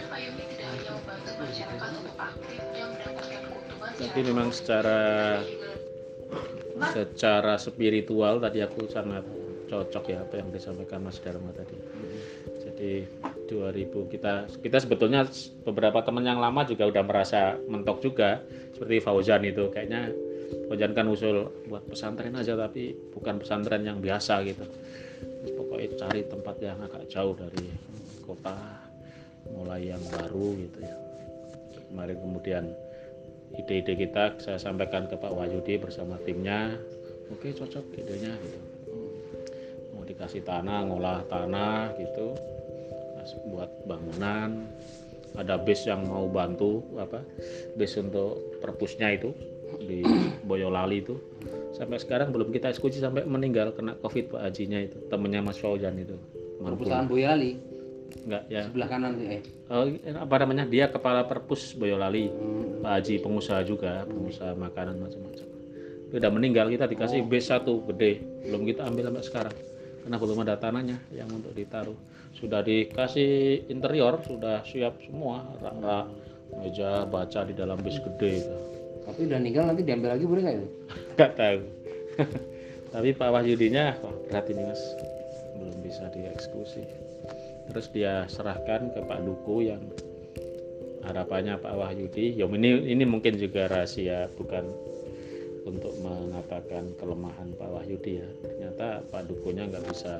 Speaker 2: Tapi memang secara secara spiritual tadi aku sangat cocok ya apa yang disampaikan Mas Dharma tadi. Jadi dua ribu kita kita sebetulnya beberapa teman yang lama juga udah merasa mentok juga seperti Fauzan itu kayaknya Fauzan kan usul buat pesantren aja tapi bukan pesantren yang biasa gitu. Terus pokoknya cari tempat yang agak jauh dari kota, mulai yang baru gitu ya. Kemarin kemudian ide-ide kita saya sampaikan ke Pak Wahyudi bersama timnya, oke cocok idenya gitu. Mau dikasih tanah, ngolah tanah gitu, buat bangunan, ada base yang mau bantu apa, base untuk perpusnya itu di Boyolali itu. Sampai sekarang belum kita eksekusi sampai meninggal kena COVID Pak Hajinya itu, temennya Mas Fauzan itu.
Speaker 1: Perusahaan Boyolali
Speaker 2: Enggak ya.
Speaker 1: sebelah kanan sih eh.
Speaker 2: Oh, apa namanya? Dia kepala perpus Boyolali.
Speaker 1: Hmm.
Speaker 2: Pak Haji pengusaha juga, pengusaha makanan macam-macam. Dia udah meninggal, kita dikasih base satu gede, belum kita ambil sampai sekarang. Karena belum ada tanahnya yang untuk ditaruh. Sudah dikasih interior, sudah siap semua, rak-rak, meja baca di dalam base gede itu.
Speaker 1: Tapi udah meninggal nanti diambil lagi boleh nggak itu?
Speaker 2: Enggak tahu. Tapi Pak Wahyudinya, wah berat ini Mas, belum bisa dieksekusi. Terus dia serahkan ke Pak Duku yang harapannya Pak Wahyudi, ya ini ini mungkin juga rahasia, bukan untuk mengatakan kelemahan Pak Wahyudi ya. Ternyata Pak Dukunya nggak bisa,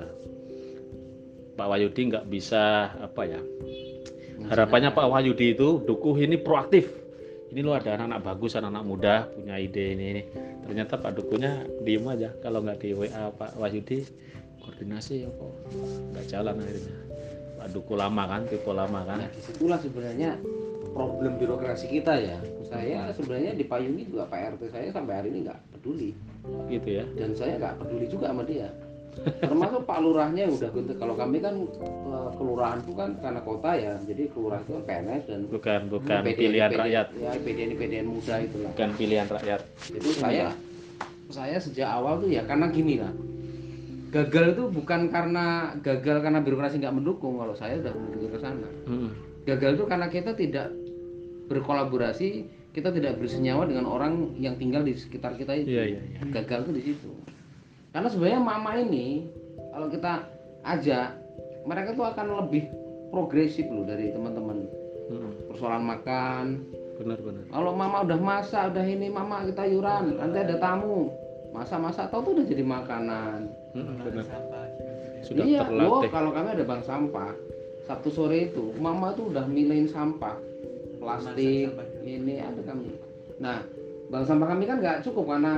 Speaker 2: Pak Wahyudi nggak bisa apa ya. Harapannya Pak Wahyudi itu Duku ini proaktif. Ini lo ada anak-anak bagus, anak-anak muda punya ide ini, ini. Ternyata Pak Dukunya diem aja. Kalau nggak di W A Pak Wahyudi koordinasi ya kok nggak jalan akhirnya. Pak Duku lama kan, tipe lama kan.
Speaker 1: Nah, disitulah sebenarnya problem birokrasi kita ya. Saya sebenarnya dipayungi juga Pak R T saya sampai hari ini nggak peduli.
Speaker 2: Gitu ya.
Speaker 1: Dan saya nggak peduli juga sama dia. Termasuk Pak Lurahnya yang udah gitu. Kalau kami kan eh, kelurahan itu kan karena kota ya, jadi kelurahan itu kan P N S dan
Speaker 2: Bukan bukan
Speaker 1: P D N,
Speaker 2: pilihan
Speaker 1: P D N,
Speaker 2: rakyat.
Speaker 1: Ya P D N P D N muda itu lah.
Speaker 2: Bukan pilihan rakyat.
Speaker 1: Jadi saya saya sejak awal tuh ya karena gini lah. Gagal itu bukan karena gagal karena birokrasi nggak mendukung. Kalau saya udah menuju ke sana.
Speaker 2: Hmm.
Speaker 1: Gagal itu karena kita tidak berkolaborasi, kita tidak bersenyawa dengan orang yang tinggal di sekitar kita itu.
Speaker 2: Iya, iya, iya.
Speaker 1: Gagal itu di situ. Karena sebenarnya mama ini kalau kita ajak, mereka tuh akan lebih progresif loh dari teman-teman.
Speaker 2: Hmm.
Speaker 1: Persoalan makan.
Speaker 2: Benar-benar.
Speaker 1: Kalau mama udah masak, udah ini mama kita yuran, nanti ada tamu. Masa-masa tahu tuh udah jadi makanan.
Speaker 2: Hmm, benar. Sudah
Speaker 1: Iya, loh
Speaker 2: terlatih.
Speaker 1: kalau kami ada bank sampah. Sabtu sore itu, mama tuh udah milahin sampah. Plastik, ini ada kami. Nah, bank sampah kami kan nggak cukup karena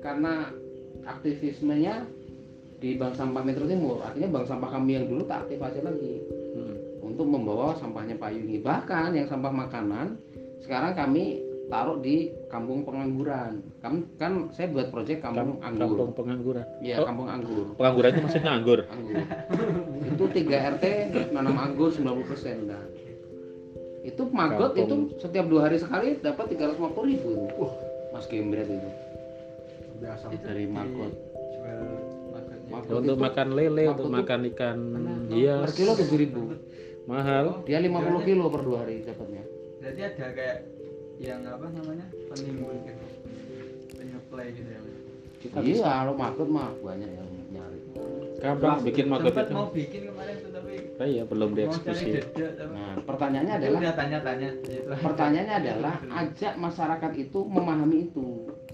Speaker 1: karena aktivismenya di bank sampah Metro Timur, artinya bank sampah kami yang dulu tak aktifasi lagi hmm. untuk membawa sampahnya Payungi. Bahkan yang sampah makanan sekarang kami taruh di kampung pengangguran. Kan, kan saya buat proyek kampung
Speaker 2: Kamp,
Speaker 1: anggur.
Speaker 2: Kampung pengangguran.
Speaker 1: Iya, oh, kampung anggur.
Speaker 2: Pengangguran itu maksudnya anggur.
Speaker 1: Anggur. Itu tiga R T nanam anggur sembilan puluh persen nah. Itu maggot kampung. Itu setiap dua hari sekali dapat tiga ratus lima puluh ribu itu. Uh, Mas Gembret itu.
Speaker 4: Biasa
Speaker 1: dari maggot.
Speaker 3: Jual maggot.
Speaker 2: Untuk itu, makan lele, untuk makan ikan hias.
Speaker 1: Per kilo tujuh ribu.
Speaker 2: Mahal.
Speaker 1: Dia lima puluh kilo per dua hari dapatnya.
Speaker 9: Berarti ada kayak yang apa namanya? Penimbun gitu. Penyuplai gitu ya.
Speaker 1: Kita iya, kalau maggot mah banyak yang nyari.
Speaker 2: Gampang bikin maggot itu.
Speaker 9: Mau bikin kemarin tuh tapi
Speaker 2: oh iya, belum dieksekusi.
Speaker 1: Nah, pertanyaannya adalah
Speaker 9: udah tanya-tanya gitu.
Speaker 1: Pertanyaannya adalah ajak masyarakat itu memahami itu.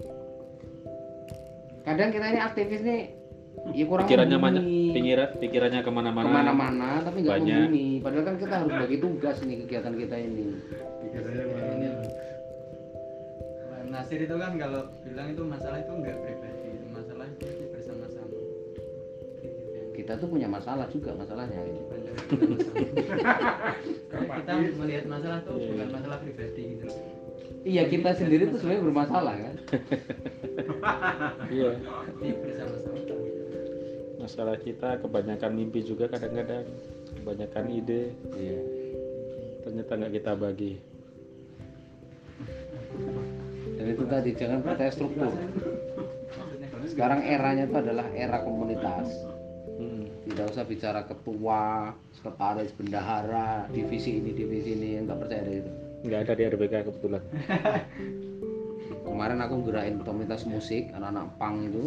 Speaker 1: Kadang kita ini aktivis nih ya kurang
Speaker 2: pikirannya banyak, pikiran pikirannya kemana-mana.
Speaker 1: Kemana-mana, tapi nggak membumi. Padahal kan kita harus bagi tugas nih kegiatan kita ini.
Speaker 3: Pikirannya
Speaker 9: ini Nasir itu kan kalau bilang itu masalah itu nggak pribadi, itu masalah itu bersama-sama.
Speaker 1: Kita tuh punya masalah juga masalahnya ini.
Speaker 9: Kita melihat masalah tuh bukan masalah pribadi gitu.
Speaker 1: Iya, kita sendiri tuh sebenarnya bermasalah kan.
Speaker 2: Iya.
Speaker 9: Tapi bersama-sama.
Speaker 2: Masalah kita kebanyakan mimpi juga kadang-kadang, kebanyakan ide.
Speaker 1: Iya.
Speaker 2: Ternyata nggak kita bagi.
Speaker 1: Dan itu tadi jangan percaya struktur. Sekarang eranya itu adalah era komunitas. Hmm. Tidak usah bicara ketua, sekretaris, bendahara, divisi ini, divisi ini, nggak percaya deh itu.
Speaker 2: Nggak ada di R B K kebetulan.
Speaker 1: Kemarin aku gerakin komunitas musik anak-anak punk itu.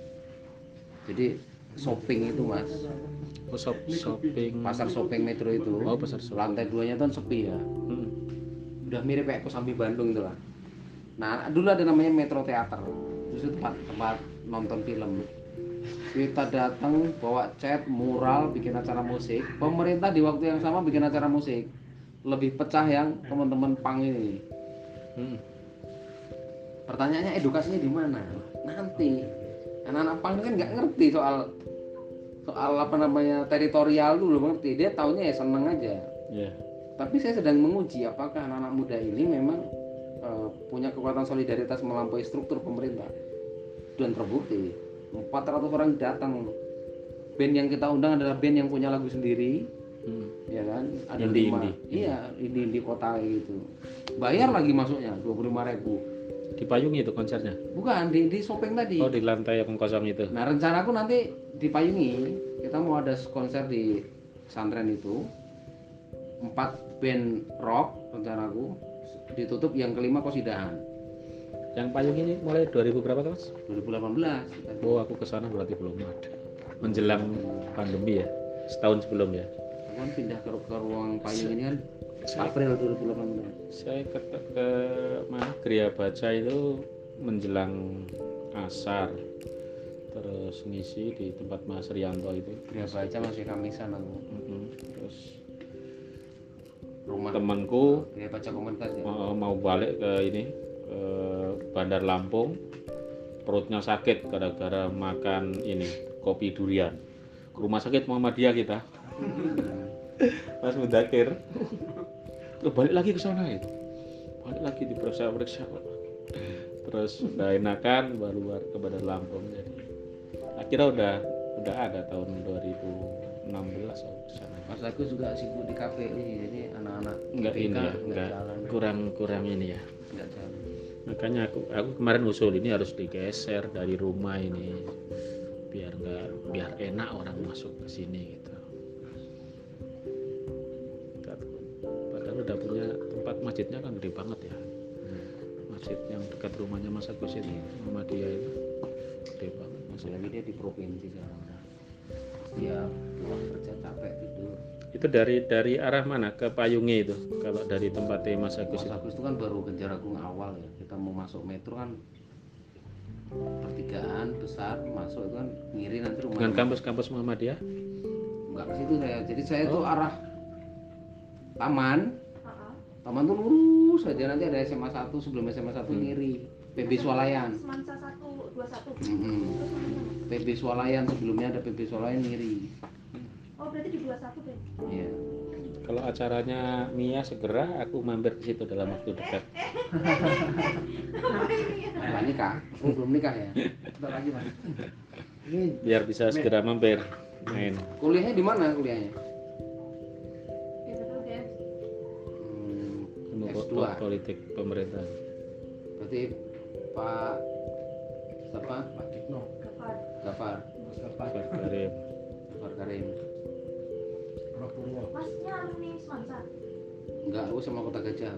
Speaker 1: Jadi shopping itu mas.
Speaker 2: Oh, shop, shopping.
Speaker 1: Pasar shopping Metro itu.
Speaker 2: Oh, pasar shopping.
Speaker 1: Lantai duanya kan sepi ya. Hmm. Udah mirip kayak Kosambi Bandung itu lah. Nah dulu ada namanya Metro Theater. Itu tempat tempat nonton film. Kita datang bawa cat, mural, bikin acara musik. Pemerintah di waktu yang sama bikin acara musik. Lebih pecah yang teman-teman pang ini. Hmm. Pertanyaannya edukasinya di mana? Nanti anak-anak pang ini kan nggak ngerti soal soal apa namanya teritorial dulu ngerti. Dia taunya ya seneng aja. Yeah. Tapi saya sedang menguji apakah anak-anak muda ini memang uh, punya kekuatan solidaritas melampaui struktur pemerintah. Dan terbukti empat ratus orang datang. Band yang kita undang adalah band yang punya lagu sendiri. Hmm. Ya kan? Ada
Speaker 2: indie,
Speaker 1: lima.
Speaker 2: Indie.
Speaker 1: Iya, indie di kota gitu. Bayar lagi masuknya dua puluh lima ribu.
Speaker 2: Di Payungi itu konsernya?
Speaker 1: Bukan, di, di shopping tadi.
Speaker 2: Oh, di lantai yang kosong itu.
Speaker 1: Nah, rencanaku nanti di Payungi kita mau ada konser di pesantren itu. Empat band rock rencanaku, ditutup yang kelima Kosidahan.
Speaker 2: Yang Payungi ini mulai dua ribu berapa Mas?
Speaker 1: dua ribu delapan belas.
Speaker 2: Oh, aku kesana berarti belum ada. Menjelang pandemi ya, setahun sebelum ya.
Speaker 1: Kan pindah ke, ke ruang Payung ini kan April dua ribu delapan belas.
Speaker 2: Saya ke, ke mana? Gria Baca itu menjelang asar. Terus ngisi di tempat Mas Rianto itu.
Speaker 1: Gria Baca masih Kamisan aku.
Speaker 2: Mm-hmm. Terus
Speaker 1: rumah
Speaker 2: temanku
Speaker 1: Gria Baca komunitas ya?
Speaker 2: mau, mau balik ke ini ke Bandar Lampung, perutnya sakit gara-gara makan ini kopi durian. Ke rumah sakit Muhammadiyah kita. Mas Mudakir terus balik lagi ke sana itu, balik lagi diperiksa-periksa, terus udah enakan baru ke Bandar Lampung. Jadi akhirnya udah udah ada tahun dua ribu enam belas ke sana.
Speaker 1: Mas aku juga sibuk di kafe ini, jadi anak-anak
Speaker 2: enggak ini ya, enggak kurang kurang ini ya.
Speaker 1: Enggak jalan.
Speaker 2: Makanya aku aku kemarin usul ini harus digeser dari rumah ini biar enggak biar enak orang masuk ke sini gitu. Padahal udah punya tempat masjidnya kan gede banget ya. Masjid yang dekat rumahnya Mas Agus ini, Muhammadiyah itu gede banget.
Speaker 1: Masih lagi dia di provinsi sekarang. Dia pulang kerja capek tidur.
Speaker 2: Itu dari dari arah mana ke Payungi itu? Kalau dari tempatnya Mas Agus
Speaker 1: Mas Agus itu kan baru ke Jaragung awal ya. Kita mau masuk metro kan pertigaan besar masuk itu kan ngiri nanti rumah.
Speaker 2: Dengan kampus-kampus Muhammadiyah?
Speaker 1: Enggak ke situ saya. Jadi saya itu oh. arah taman. Uh-huh. Taman tuh lurus saja nanti ada S M A satu sebelum S M A satu hmm. ngiri. P B Swalayan.
Speaker 10: Semansa satu dua satu.
Speaker 1: Mm-hmm. P B Swalayan, sebelumnya ada P B Swalayan Miri.
Speaker 10: Oh berarti di dua satu deh.
Speaker 1: Iya.
Speaker 2: Kalau acaranya Mia segera aku mampir ke situ dalam waktu dekat.
Speaker 1: Nah, nikah? Oh, belum nikah ya?
Speaker 4: Bentar lagi mas.
Speaker 2: Biar bisa segera mampir main.
Speaker 1: Kuliahnya di mana kuliahnya?
Speaker 10: Ya betul deh.
Speaker 1: Hmm,
Speaker 2: Ilmu
Speaker 1: S
Speaker 2: po-
Speaker 1: dua.
Speaker 2: politik pemerintah.
Speaker 1: Berarti Pak siapa?
Speaker 4: Pak Dikno.
Speaker 10: Kapan?
Speaker 1: Gafar.
Speaker 4: Bapak
Speaker 2: Pak Karim.
Speaker 1: Gafar Karim.
Speaker 4: Purwo.
Speaker 10: Masnya alumni Semansa?
Speaker 1: Enggak, aku sama Kota Gajah.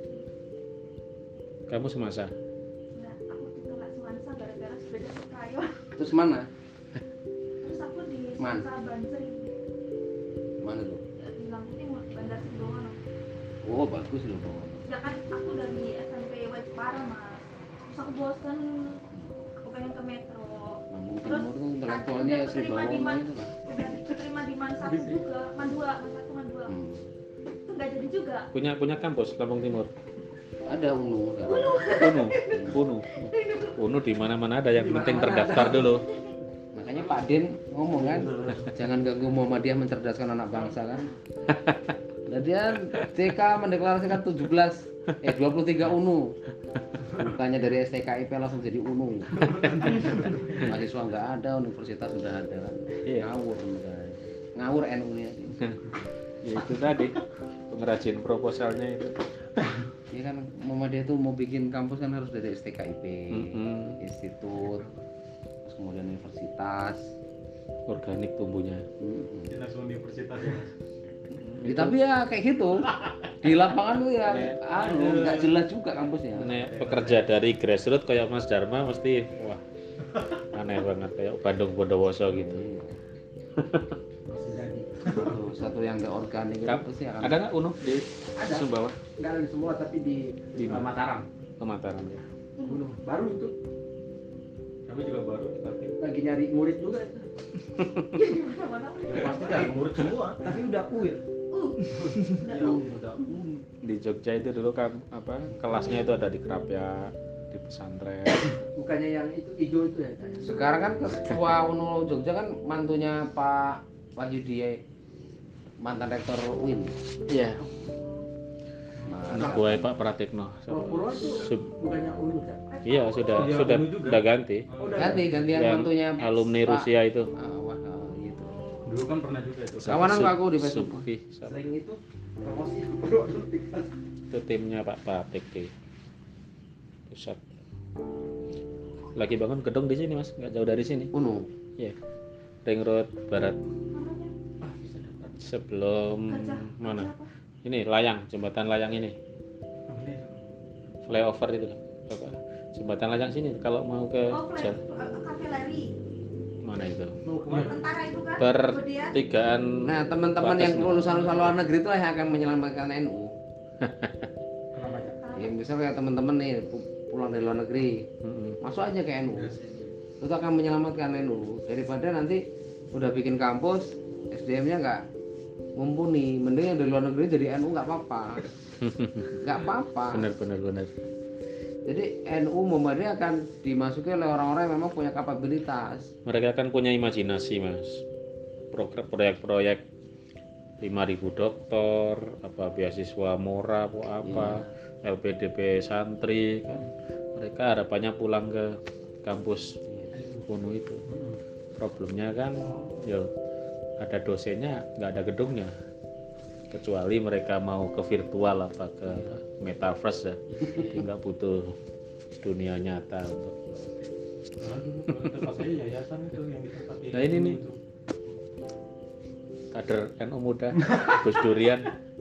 Speaker 2: Kamu semasa?
Speaker 10: Enggak, aku ditolak Semansa gara-gara sepeda krayon.
Speaker 1: Terus mana?
Speaker 10: Terus aku di
Speaker 1: Man.
Speaker 10: Semansa Bansri.
Speaker 1: Mana tuh?
Speaker 10: Di Lampung Timur, Bandar Sindongan.
Speaker 1: Oh, bagus loh.
Speaker 10: Ya kan aku dari S M P West Para mas. Terus aku bosan, aku pengen ke Metro.
Speaker 1: Lampung
Speaker 10: Terus
Speaker 1: Timur tuh intelektualnya
Speaker 10: udah
Speaker 1: Sri
Speaker 10: keterima di
Speaker 1: Bawono
Speaker 10: Man,
Speaker 1: itu lah.
Speaker 10: udah keterima di Man satu juga, Man dua, Man satu, Man dua.
Speaker 1: Hmm.
Speaker 10: Itu nggak jadi juga.
Speaker 2: Punya punya kampus Lampung Timur.
Speaker 1: Ada U N U sekarang.
Speaker 2: Unu, Unu, Unu di mana-mana ada, yang penting terdaftar dulu.
Speaker 1: Makanya Pak Din ngomong kan, jangan ganggu Muhammadiyah mencerdaskan anak bangsa kan. Nah, dia T K mendeklarasikan tujuh belas eh dua puluh tiga U N U. Bukannya dari S T K I P langsung jadi U N U. Mahasiswa nggak ada, universitas sudah ada kan.
Speaker 2: Iya.
Speaker 1: Ngawur enggak. Ngawur N U-nya.
Speaker 2: Ya itu tadi pengrajin proposalnya itu.
Speaker 1: Ya kan Muhammadiyah tuh mau bikin kampus kan harus dari S T K I P,
Speaker 2: Mm-mm.
Speaker 1: institut, terus kemudian universitas.
Speaker 2: Organik tumbuhnya.
Speaker 1: Mm-mm.
Speaker 3: Dinas universitas ya mas.
Speaker 1: Ya, tapi ya kayak gitu di lapangan tuh ya anu nggak jelas juga kampusnya.
Speaker 2: Nek pekerja dari grassroots kayak Mas Dharma mesti wah aneh banget kayak Bandung Bondowoso gitu.
Speaker 4: Masih jadi.
Speaker 1: Satu, satu yang nggak organik itu
Speaker 2: Kap-
Speaker 1: pasti akan
Speaker 2: Ada nggak Unu di
Speaker 4: Ada.
Speaker 2: Sumbawa?
Speaker 4: Enggak ada di semua tapi di
Speaker 2: Di
Speaker 4: uh,
Speaker 2: mana?
Speaker 4: Mataram.
Speaker 2: Ke Mataram ya.
Speaker 4: Gunung baru itu
Speaker 3: Kami juga baru tapi
Speaker 4: lagi nyari murid juga.
Speaker 10: Mana?
Speaker 3: pasti kan murid semua.
Speaker 4: Tapi udah U I.
Speaker 10: Uh, udah
Speaker 3: Ya
Speaker 10: tahu.
Speaker 3: udah.
Speaker 2: Di Jogja itu dulu kan apa kelasnya itu ada di Kerapia, di pesantren.
Speaker 4: Bukannya yang itu hijau itu ya? Kak?
Speaker 1: sekarang kan ketua U N U Jogja kan mantunya Pak Wahyudi, mantan rektor U I N.
Speaker 2: Iya.
Speaker 1: Nah,
Speaker 2: Anak buah Pak Pratikno.
Speaker 4: Kalau Purwo itu
Speaker 2: Sub-
Speaker 4: bukannya U I kan?
Speaker 2: Iya sudah
Speaker 3: Iya,
Speaker 2: sudah
Speaker 3: Unu juga.
Speaker 2: sudah ganti.
Speaker 4: Oh, udah
Speaker 1: ganti gantian
Speaker 2: Yang
Speaker 1: mantunya
Speaker 2: alumni
Speaker 1: Pak-
Speaker 2: Rusia itu.
Speaker 1: Ah, wah, ah, gitu.
Speaker 3: Dulu kan pernah juga itu.
Speaker 1: Kawanan
Speaker 2: Sub-
Speaker 1: kok aku di Facebook.
Speaker 2: Subhi, sama.
Speaker 4: sering itu promosi Purwo dulu dikasih.
Speaker 2: Itu timnya Pak Pratik di pusat. Lagi bangun gedung di sini Mas, nggak jauh dari sini.
Speaker 1: U N U.
Speaker 2: Iya. Ring Road Barat
Speaker 10: Namanya?
Speaker 2: sebelum
Speaker 10: Kerja.
Speaker 2: mana?
Speaker 10: Kerja apa?
Speaker 2: Ini layang, jembatan layang ini.
Speaker 3: Ini
Speaker 2: Flyover itu kan. Coba. Jembatan layang sini kalau mau ke
Speaker 10: Oh,
Speaker 2: Jal-
Speaker 10: Fle- Cafe Larry.
Speaker 2: mana itu?
Speaker 4: Mau kemana?
Speaker 10: Tentara itu kan? Kemudian
Speaker 2: Pertigaan.
Speaker 1: Nah, teman-teman
Speaker 2: batas
Speaker 1: yang
Speaker 2: negara.
Speaker 1: lulusan lulusan luar negeri itu yang akan menyelamatkan N U.
Speaker 4: Kenapa ya?
Speaker 1: Ya, misalnya kayak teman-teman nih pu- pulang dari luar negeri,
Speaker 2: Mm-mm.
Speaker 1: masuk aja ke N U. Itu akan menyelamatkan N U daripada nanti udah bikin kampus S D M-nya nggak mumpuni. Mending yang dari luar negeri jadi N U nggak apa-apa, nggak apa-apa.
Speaker 2: Benar benar benar.
Speaker 1: Jadi N U Muhammadiyah akan dimasuki oleh orang-orang yang memang punya kapabilitas.
Speaker 2: Mereka kan punya imajinasi Mas. Program proyek-proyek lima ribu dokter, apa beasiswa mora, apa, apa L P D P santri kan. Mereka harapannya pulang ke kampus U N U itu. Problemnya kan ya ada dosennya, nggak ada gedungnya. Kecuali mereka mau ke virtual apa ke metaverse ya. Jadi nggak butuh dunia nyata untuk.
Speaker 3: kalau tempat saya yayasan itu yang di tempat
Speaker 2: Nah, ini nih. Kader N U muda, Gus Durian.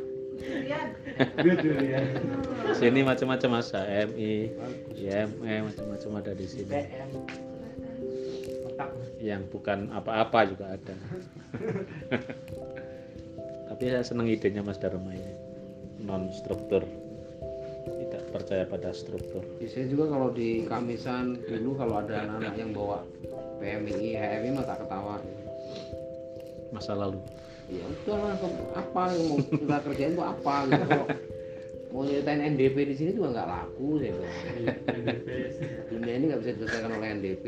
Speaker 10: kemudian
Speaker 2: Sini macam-macam Mas, H M I, I M E macam-macam ada di sini.
Speaker 4: P M. Otak.
Speaker 2: Yang bukan apa-apa juga ada. Tapi saya senang idenya Mas Dharma ini. Non struktur. Tidak percaya pada struktur.
Speaker 1: Ya, saya juga kalau di Kamisan dulu kalau ada anak-anak yang bawa P M I, H M I mah tak ketawa.
Speaker 2: Masa lalu.
Speaker 1: Ya udah lah, apa yang mau kita kerjain tuh apa gitu. Kalau mau nyeritain N D P di sini juga nggak laku saya bilang.
Speaker 3: N D P.
Speaker 1: Dunia ini nggak bisa diselesaikan oleh N D P.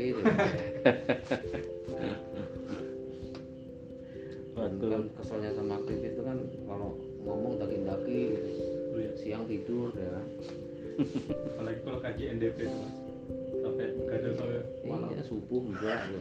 Speaker 2: Waktu
Speaker 1: Kan keselnya sama aktivis itu kan kalau ngomong daki-daki gitu.
Speaker 3: Oh, iya.
Speaker 1: Siang tidur ya.
Speaker 3: Apalagi kalau kaji N D P itu mas, sampai begadang sampai malam.
Speaker 1: Iya, subuh juga. Ya.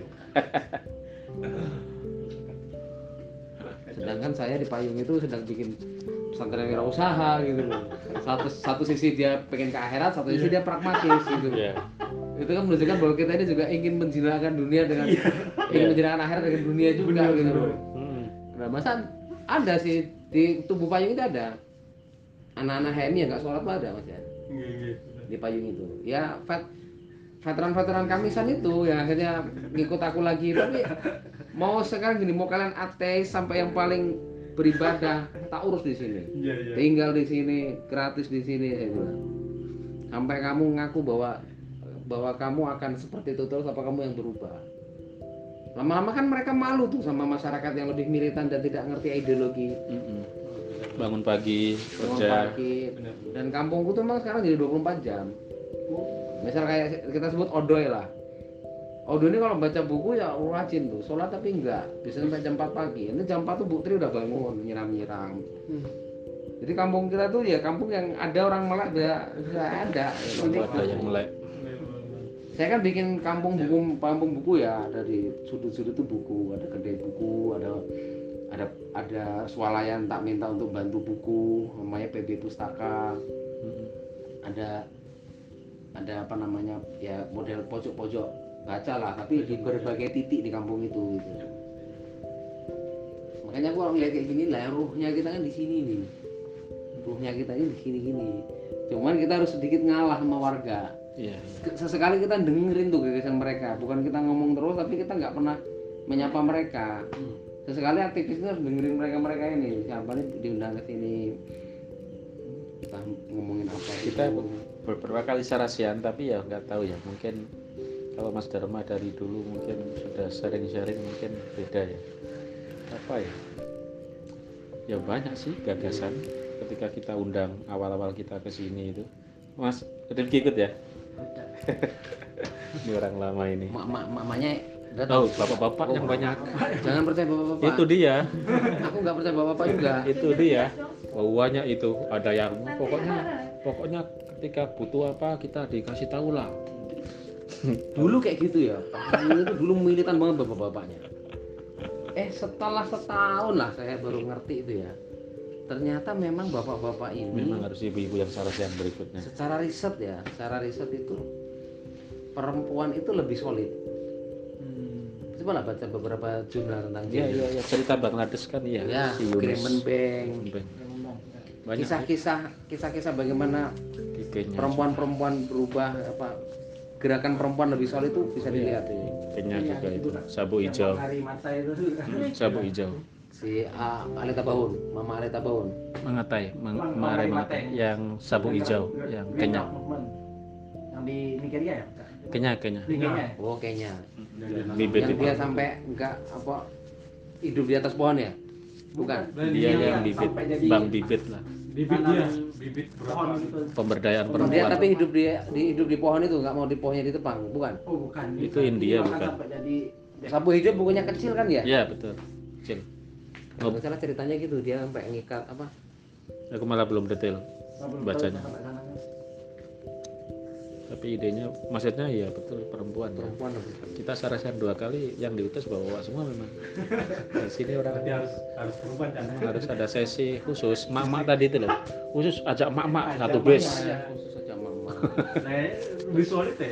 Speaker 1: Sedangkan saya di payung itu sedang bikin pesantren wirausaha gitu loh. Satu satu sisi dia pengen ke akhirat, satu sisi dia pragmatis gitu.
Speaker 2: Iya.
Speaker 1: Itu kan menunjukkan bahwa kita ini juga ingin menjinakkan dunia dengan ingin
Speaker 2: Iya.
Speaker 1: menjinakkan akhirat dengan dunia juga
Speaker 3: Benar,
Speaker 1: gitu
Speaker 3: benar.
Speaker 1: loh.
Speaker 2: Hmm.
Speaker 1: Nah, masa ada sih di tubuh payung itu ada anak-anak H M I yang nggak sholat tuh ada mas ya
Speaker 3: Iya, iya.
Speaker 1: di payung itu. Ya vet, veteran-veteran kamisan itu ya akhirnya ngikut aku lagi. Tapi mau sekarang gini, mau kalian ateis sampai yang paling beribadah tak urus di sini.
Speaker 3: Iya, iya.
Speaker 1: Tinggal di sini, gratis di sini saya bilang. Sampai kamu ngaku bahwa bahwa kamu akan seperti itu terus, apa kamu yang berubah? Lama-lama kan mereka malu tuh sama masyarakat yang lebih militan dan tidak ngerti ideologi.
Speaker 2: Mm-mm. Bangun pagi,
Speaker 1: Bangun
Speaker 2: kerja.
Speaker 1: pagi.
Speaker 3: Benar.
Speaker 1: Dan kampungku tuh memang sekarang jadi dua puluh empat jam. Misal kayak kita sebut Odoy lah. Odoy ini kalau baca buku ya rajin tuh, sholat tapi enggak. Biasanya sampai jam empat pagi. Ini jam empat tuh Bu Tri udah bangun, nyiram-nyiram. Jadi kampung kita tuh ya kampung yang ada orang melek bisa bisa ada.
Speaker 2: Lalu ada yang melek.
Speaker 1: Saya kan bikin kampung buku, kampung buku ya, ada di sudut-sudut itu buku, ada kedai buku, ada ada ada swalayan tak minta untuk bantu buku, namanya P B Pustaka. Ada ada apa namanya ya model pojok-pojok baca lah, tapi di berbagai titik di kampung itu gitu. Makanya gua ngeliat kayak gini lah, ruhnya kita kan di sini nih. Ruhnya kita ini di sini gini. Cuman kita harus sedikit ngalah sama warga.
Speaker 2: Iya.
Speaker 1: Sesekali kita dengerin tuh gagasan mereka, bukan kita ngomong terus tapi kita nggak pernah menyapa mereka. Sesekali aktivis itu harus dengerin mereka-mereka ini, siapa nih diundang ke sini, kita ngomongin apa
Speaker 2: Kita
Speaker 1: itu.
Speaker 2: beberapa kali sarasian tapi ya nggak tahu ya, mungkin kalau Mas Dharma dari dulu mungkin sudah sharing-sharing mungkin beda ya. Apa ya? Ya banyak sih gagasan ketika kita undang awal-awal kita ke sini itu. Mas, Rifki ikut ya? Ini orang lama ini.
Speaker 1: Mak-mak mamanya
Speaker 2: Oh, bapak-bapak yang banyak.
Speaker 1: Jangan percaya bapak-bapak.
Speaker 2: Itu dia.
Speaker 1: Aku nggak percaya bapak-bapak juga.
Speaker 2: Itu dia. Bawahnya itu ada yang pokoknya pokoknya ketika butuh apa kita dikasih tahu lah.
Speaker 1: Dulu kayak gitu ya. Pak Ini itu dulu militan banget bapak-bapaknya. Eh setelah setahun lah saya baru ngerti itu ya. Ternyata memang bapak-bapak ini
Speaker 2: Memang harus ibu-ibu yang sarasian berikutnya.
Speaker 1: secara riset ya, secara riset itu perempuan itu lebih solid. Coba lah baca beberapa jurnal tentang
Speaker 2: Iya
Speaker 1: gender.
Speaker 2: iya iya cerita Bangladesh kan iya.
Speaker 1: Ya,
Speaker 2: Si Yunus.
Speaker 1: Agreement Bank.
Speaker 2: Bank. Banyak
Speaker 1: Kisah-kisah kisah-kisah bagaimana
Speaker 2: di Kenya.
Speaker 1: perempuan-perempuan berubah apa gerakan perempuan lebih solid itu bisa dilihat.
Speaker 2: Di Kenya juga itu sabu hijau.
Speaker 4: Hari mata itu
Speaker 2: Hmm, sabu hijau.
Speaker 1: Si uh, Aleta Baun, Mama Aleta Baun.
Speaker 2: Mengatai, meng-
Speaker 4: Mang-
Speaker 2: mare
Speaker 4: Mang-
Speaker 2: mengatai.
Speaker 4: Mate.
Speaker 2: Yang sabu hijau, yang Kenya.
Speaker 4: yang di Nigeria ya?
Speaker 2: Kenya, Kenya.
Speaker 4: Di Kenya. ya?
Speaker 1: Oh, kayaknya.
Speaker 2: Bibit
Speaker 1: Yang
Speaker 2: itu.
Speaker 1: dia sampai enggak apa hidup di atas pohon ya? Bukan.
Speaker 2: Dia yang bibit,
Speaker 4: Sampai jadi
Speaker 2: bang bibit lah.
Speaker 3: Bibit dia,
Speaker 4: tanam
Speaker 3: bibit
Speaker 4: pohon
Speaker 3: berapa?
Speaker 4: gitu.
Speaker 2: Pemberdayaan
Speaker 1: Dia
Speaker 2: perempuan.
Speaker 1: tapi hidup di, di hidup di pohon itu nggak mau di pohonnya ditebang, bukan?
Speaker 4: Oh bukan.
Speaker 2: Itu India,
Speaker 4: Bahkan
Speaker 2: bukan?
Speaker 4: Sampai jadi
Speaker 1: Sapu hijau bukunya kecil kan ya?
Speaker 2: Iya betul. Kecil.
Speaker 1: Kalau nggak salah ceritanya gitu, dia sampai ngikat apa?
Speaker 2: Aku malah belum detail
Speaker 4: belum tahu
Speaker 2: bacanya.
Speaker 4: sampai sana.
Speaker 2: Tapi idenya, maksudnya ya betul perempuan ya.
Speaker 1: Perempuan lebih.
Speaker 2: Kita sarasian dua kali, yang diutus bawa semua memang. Di sini orang
Speaker 3: Berarti harus harus berubah kan?
Speaker 2: harus ada sesi khusus. Mak-mak tadi itu loh, khusus ajak mak-mak satu base.
Speaker 1: Khusus saja mama.
Speaker 3: Saya lebih solid ya.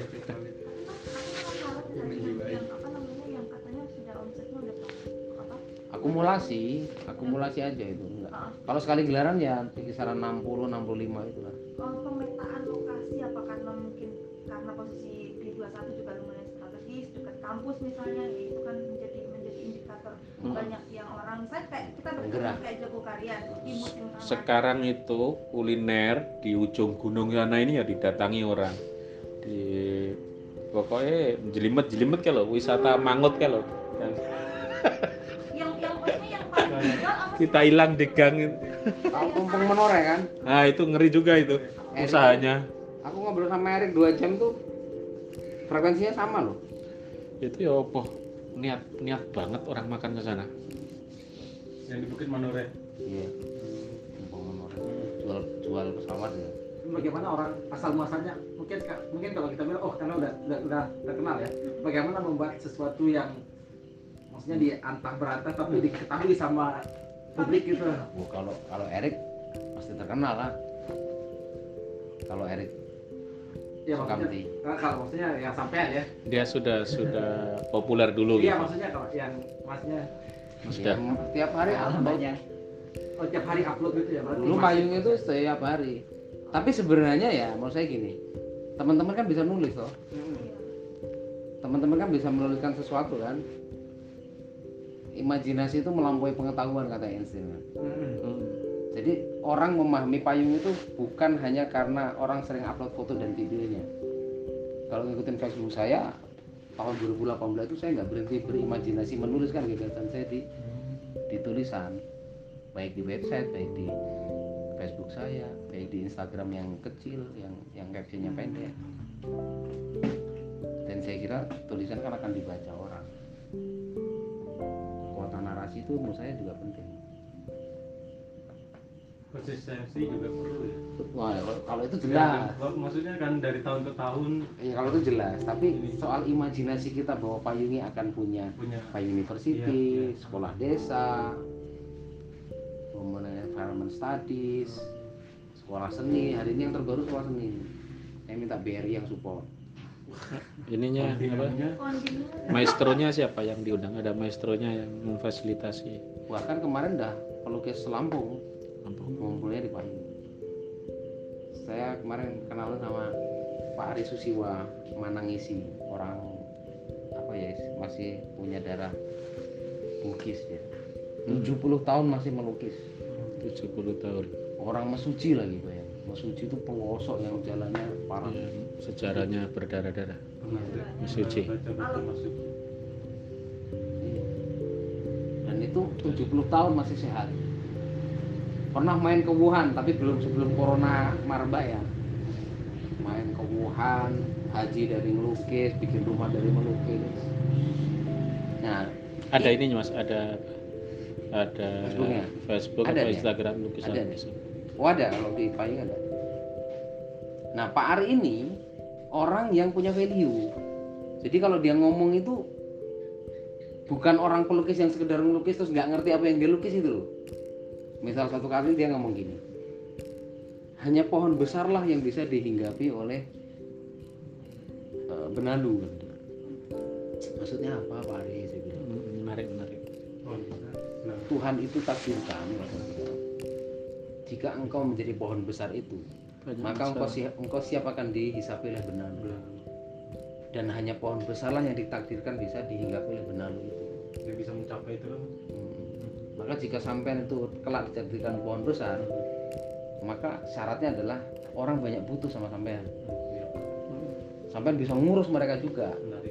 Speaker 10: Yang apa namanya yang katanya sudah omsetnya udah apa?
Speaker 1: Akumulasi, akumulasi aja itu enggak. Kalau sekali gelaran ya di kisaran enam puluh enam puluh lima itu lah.
Speaker 10: Kalau pemetaan lokasi apa karena mungkin karena posisi B dua puluh satu juga lumayan strategis dekat kampus misalnya, ya itu kan menjadi menjadi indikator
Speaker 1: Hmm.
Speaker 10: banyak yang orang saya kayak kita
Speaker 1: Bergerak.
Speaker 10: bergerak kayak Jogokarian di musim Ramadan.
Speaker 2: Sekarang itu kuliner di ujung gunung sana ini ya didatangi orang. Di pokoknya jelimet-jelimet kalau wisata mangut kalau
Speaker 10: yang yang maksudnya yang paling dijual apa sih?
Speaker 2: kita hilang di gang itu.
Speaker 1: Kalau tumpeng menoreh kan.
Speaker 2: Nah itu ngeri juga itu
Speaker 1: Erik,
Speaker 2: usahanya.
Speaker 1: Aku ngobrol sama Erik dua jam tuh frekuensinya sama loh.
Speaker 2: Itu ya apa? Niat niat banget orang makan ke sana.
Speaker 3: Yang di Bukit Manore.
Speaker 1: Iya. Tumpeng menoreh. Jual jual pesawat ya.
Speaker 4: Bagaimana orang asal muasalnya? Mungkin mungkin kalau kita bilang oh karena udah udah, udah terkenal ya. Bagaimana membuat sesuatu yang maksudnya diantah berantah tapi diketahui sama publik gitu.
Speaker 1: Oh, kalau kalau Erik pasti terkenal lah. Kalau Erik
Speaker 4: Ya maksudnya,
Speaker 1: Sukamti.
Speaker 4: nah, kalau maksudnya yang sampean ya.
Speaker 2: Dia sudah sudah populer dulu
Speaker 4: Iya
Speaker 2: gitu.
Speaker 4: maksudnya kalau yang maksudnya
Speaker 2: Sudah.
Speaker 1: Ya, tiap hari upload.
Speaker 4: oh tiap hari upload gitu ya. Berarti
Speaker 1: Dulu
Speaker 4: masih-
Speaker 1: payung itu setiap hari. Tapi sebenarnya ya mau saya gini. Teman-teman kan bisa nulis toh.
Speaker 4: Hmm.
Speaker 1: Teman-teman kan bisa menuliskan sesuatu kan. Imajinasi itu melampaui pengetahuan kata Einstein kan.
Speaker 4: Hmm.
Speaker 2: Hmm.
Speaker 1: Jadi orang memahami payung itu bukan hanya karena orang sering upload foto dan videonya. Kalau ngikutin Facebook saya tahun dua ribu delapan belas itu saya nggak berhenti berimajinasi menuliskan gagasan saya di di tulisan, baik di website, baik di Facebook saya, baik di Instagram yang kecil, yang yang captionnya pendek. Dan saya kira tulisan kan akan dibaca orang. Kekuatan narasi itu menurut saya juga penting.
Speaker 3: Konsistensi juga perlu ya.
Speaker 1: Wah, kalau- kalau itu jelas.
Speaker 3: Ya, maksudnya kan dari tahun ke tahun
Speaker 1: Ya kalau itu jelas, tapi soal imajinasi kita bahwa Payungi akan punya
Speaker 3: punya
Speaker 1: Payung University,
Speaker 3: Iya, iya.
Speaker 1: sekolah desa, kemudian environment studies, sekolah seni. Hari ini yang terbaru sekolah seni. Saya minta B R I yang support.
Speaker 2: Ininya apa?
Speaker 3: kontingen
Speaker 10: Kondisinya
Speaker 2: Maestronya siapa yang diundang? Ada maestronya yang memfasilitasi.
Speaker 1: Bahkan kemarin dah pelukis Lampung
Speaker 2: Lampung.
Speaker 1: ngumpulnya di Payung. Saya kemarin kenalan sama Pak Ari Susiwa Manangisi, orang apa ya, masih punya darah Bugis dia. tujuh puluh tahun masih melukis.
Speaker 2: tujuh puluh tahun.
Speaker 1: Orang Mesuji lagi bayang. Mesuji itu pelosok yang jalannya parah.
Speaker 2: Ya, sejarahnya berdarah-darah.
Speaker 3: pernah
Speaker 2: Mesuji.
Speaker 3: baca-baca masuk.
Speaker 1: Iya. Dan itu tujuh puluh tahun masih sehat. Pernah main ke Wuhan tapi belum sebelum corona marba ya. Main ke Wuhan, haji dari melukis, bikin rumah dari melukis. Nah,
Speaker 2: Ada ini Mas, ada ada
Speaker 1: Facebooknya?
Speaker 2: Facebook
Speaker 1: Ada
Speaker 2: atau
Speaker 1: dia?
Speaker 2: Instagram lukisan.
Speaker 1: Ada dia? oh ada kalau di Payung ada. Nah, Pak Ari ini orang yang punya value. Jadi kalau dia ngomong itu bukan orang pelukis yang sekedar melukis terus nggak ngerti apa yang dia lukis itu loh. Misal satu kali dia ngomong gini, hanya pohon besarlah yang bisa dihinggapi oleh uh, benalu. Maksudnya apa Pak Ari? Saya bilang,
Speaker 2: Hmm, menarik menarik.
Speaker 3: Oh, nah,
Speaker 1: Tuhan itu takdirkan jika engkau menjadi pohon besar itu,
Speaker 2: Banyak
Speaker 1: maka engkau
Speaker 2: masalah.
Speaker 1: siap, engkau siap akan dihisapi oleh benalu. Dan hanya pohon besarlah yang ditakdirkan bisa dihinggapi oleh benalu itu.
Speaker 3: dia bisa mencapai itu kan.
Speaker 1: Hmm. Maka jika sampean itu kelak ditakdirkan pohon besar, maka syaratnya adalah orang banyak butuh sama sampean.
Speaker 3: Iya,
Speaker 1: Sampean bisa ngurus mereka juga.
Speaker 3: menarik.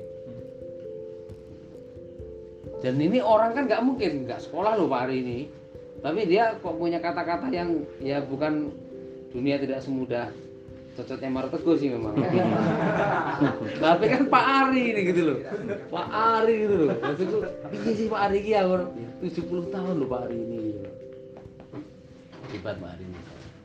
Speaker 1: Dan ini orang kan nggak mungkin nggak sekolah loh Pak Ari ini, tapi dia kok punya kata-kata yang ya bukan, dunia tidak semudah cocotnya Maru Teguh sih memang. Tapi kan Pak Ari ini gitu loh, Pak Ari gitu loh. Maksudku, iya sih Pak Ari ya, tujuh puluh tahun loh Pak Ari ini. Gitu loh. Hebat Pak Ari ini.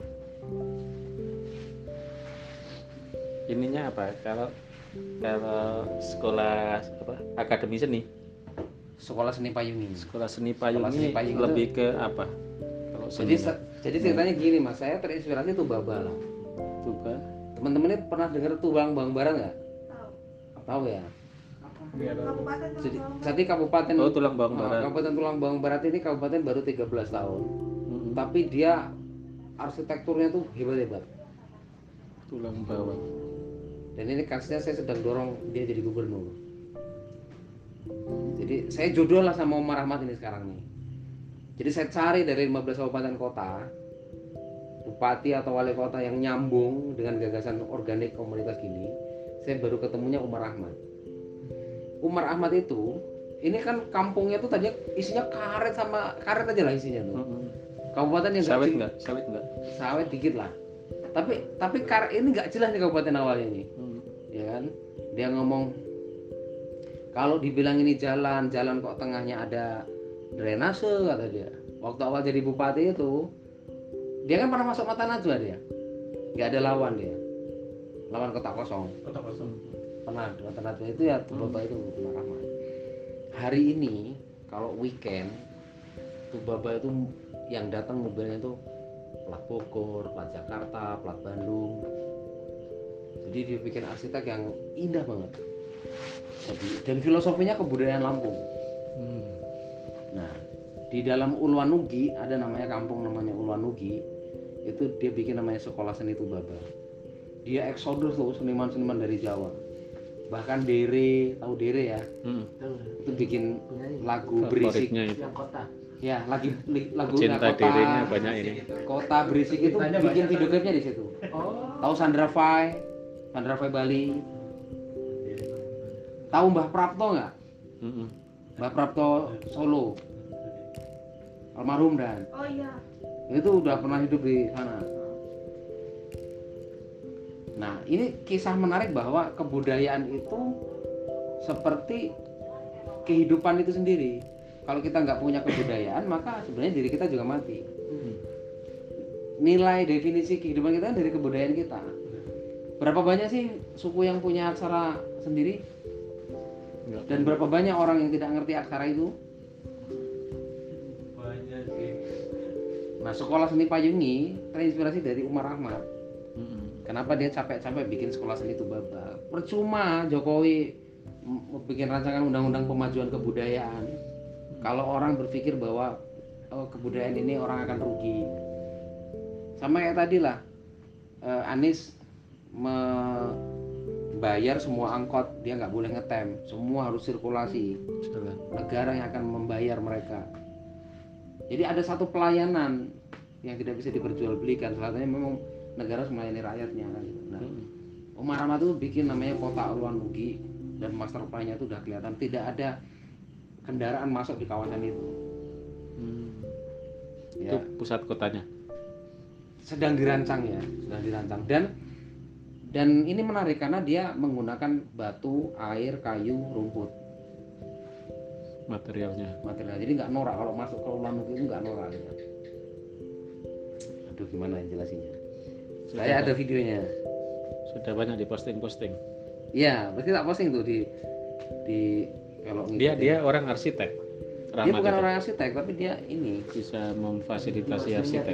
Speaker 2: Ininya apa? Kalau kalau sekolah apa? Akademi seni,
Speaker 1: Sekolah seni payung ini.
Speaker 2: sekolah seni payung
Speaker 1: Sekolah seni
Speaker 2: ini
Speaker 1: payung itu-
Speaker 2: lebih ke apa? Kalau
Speaker 1: Jadi
Speaker 2: seni
Speaker 1: se- jadi ceritanya gini Mas, saya terinspirasi tuh Baba lah.
Speaker 2: tuba,
Speaker 1: Teman-teman ini pernah dengar Tubang Bang Barat nggak?
Speaker 10: tahu.
Speaker 1: Tahu ya.
Speaker 10: Kabupaten
Speaker 1: Jadi,
Speaker 10: Tulang
Speaker 1: jadi kabupaten
Speaker 2: oh tulang bawang
Speaker 1: Nah,
Speaker 2: barat.
Speaker 1: Kabupaten Tulang Bawang Barat ini kabupaten baru tiga belas tahun.
Speaker 2: Mm-mm.
Speaker 1: Tapi dia arsitekturnya tuh hebat-hebat.
Speaker 2: Tulang bawang.
Speaker 1: Dan ini kasusnya saya sedang dorong dia jadi gubernur. Jadi saya jodoh lah sama Omar Rahmat ini sekarang nih. Jadi saya cari dari lima belas kabupaten kota, bupati atau wali kota yang nyambung dengan gagasan organik komunitas gini. Saya baru ketemunya Umar Ahmad. Umar Ahmad itu, ini kan kampungnya tuh tadinya isinya karet sama karet aja lah isinya tuh.
Speaker 2: Mm-mm.
Speaker 1: Kabupaten yang
Speaker 2: sawit
Speaker 1: nggak
Speaker 2: nggak? Sawit nggak?
Speaker 1: sawit dikit lah. Tapi tapi kar ini nggak jelas nih kabupaten awalnya ini,
Speaker 2: Hmm.
Speaker 1: ya kan? Dia ngomong kalau dibilang ini jalan, jalan kok tengahnya ada drainase kata dia. Waktu awal jadi bupati itu, dia kan pernah masuk Mata Najwa dia, nggak ada lawan dia, lawan kota kosong.
Speaker 3: Kota kosong.
Speaker 1: Pernah Mata Najwa itu ya tuh bapak itu Umar Rahman. Hari ini kalau weekend tuh bapak itu yang datang mobilnya itu plat Bogor, plat Jakarta, plat Bandung. Jadi dia bikin arsitek yang indah banget. Jadi, dan filosofinya kebudayaan Lampung.
Speaker 2: Hmm.
Speaker 1: Nah, di dalam Uluwanugi ada namanya kampung namanya Uluwanugi. Itu dia bikin namanya Sekolah Seni Tubaba. Dia eksodus tuh seniman-seniman dari Jawa. Bahkan Dere, tahu Dere ya?
Speaker 2: Hmm.
Speaker 1: Itu bikin lagu berisik.
Speaker 2: Favoritnya itu.
Speaker 4: Yang kota.
Speaker 1: Ya, lagi li- lagu
Speaker 2: Cinta
Speaker 1: kota,
Speaker 2: dirinya banyak ini.
Speaker 1: Kota berisik itu
Speaker 4: Ceritanya
Speaker 1: bikin
Speaker 4: banyak.
Speaker 1: video klipnya di situ.
Speaker 4: Oh.
Speaker 1: Tahu Sandra Fai? Sandra Fai Bali. Tahu Mbah Prapto nggak?
Speaker 2: Hmm.
Speaker 1: Mbah Prapto Solo. Almarhum dan
Speaker 10: Oh iya.
Speaker 1: itu udah pernah hidup di sana. Nah, ini kisah menarik bahwa kebudayaan itu seperti kehidupan itu sendiri. Kalau kita nggak punya kebudayaan, maka sebenarnya diri kita juga mati. Nilai definisi kehidupan kita kan dari kebudayaan kita. Berapa banyak sih suku yang punya aksara sendiri?
Speaker 2: Nggak.
Speaker 1: Dan berapa banyak orang yang tidak ngerti aksara itu?
Speaker 3: Banyak sih.
Speaker 1: Nah, Sekolah Seni Payungi terinspirasi dari Umar Rahmat.
Speaker 2: Hmm.
Speaker 1: Kenapa dia capek-capek bikin sekolah seni Tubaba? Percuma Jokowi m- bikin rancangan undang-undang pemajuan kebudayaan. Kalau orang berpikir bahwa oh, kebudayaan ini orang akan rugi. Sama kayak tadi lah, eh, Anies membayar semua angkot, dia nggak boleh ngetem, semua harus sirkulasi.
Speaker 2: Jalan.
Speaker 1: Negara yang akan membayar mereka. Jadi ada satu pelayanan yang tidak bisa diperjualbelikan. Salah satunya memang negara harus melayani rakyatnya kan. Nah, Umar Rahmat itu bikin namanya Kota Uluwanugi dan master plan-nya itu udah kelihatan tidak ada kendaraan masuk di kawasan itu.
Speaker 2: Hmm.
Speaker 1: Ya,
Speaker 2: Itu pusat kotanya.
Speaker 1: sedang dirancang ya, sedang dirancang dan dan ini menarik karena dia menggunakan batu, air, kayu, rumput
Speaker 2: Materialnya.
Speaker 1: material. Jadi nggak norak kalau masuk ke Uluwanugi itu nggak norak. Ya. Aduh gimana jelasinnya? Saya ada videonya.
Speaker 2: Sudah banyak di posting-posting.
Speaker 1: Iya, berarti tak posting tuh di di kalau
Speaker 2: Dia
Speaker 1: ngikutin.
Speaker 2: dia orang arsitek.
Speaker 1: Dia
Speaker 2: Rahmat
Speaker 1: bukan
Speaker 2: itu.
Speaker 1: orang arsitek, tapi dia ini
Speaker 2: Bisa memfasilitasi arsitek.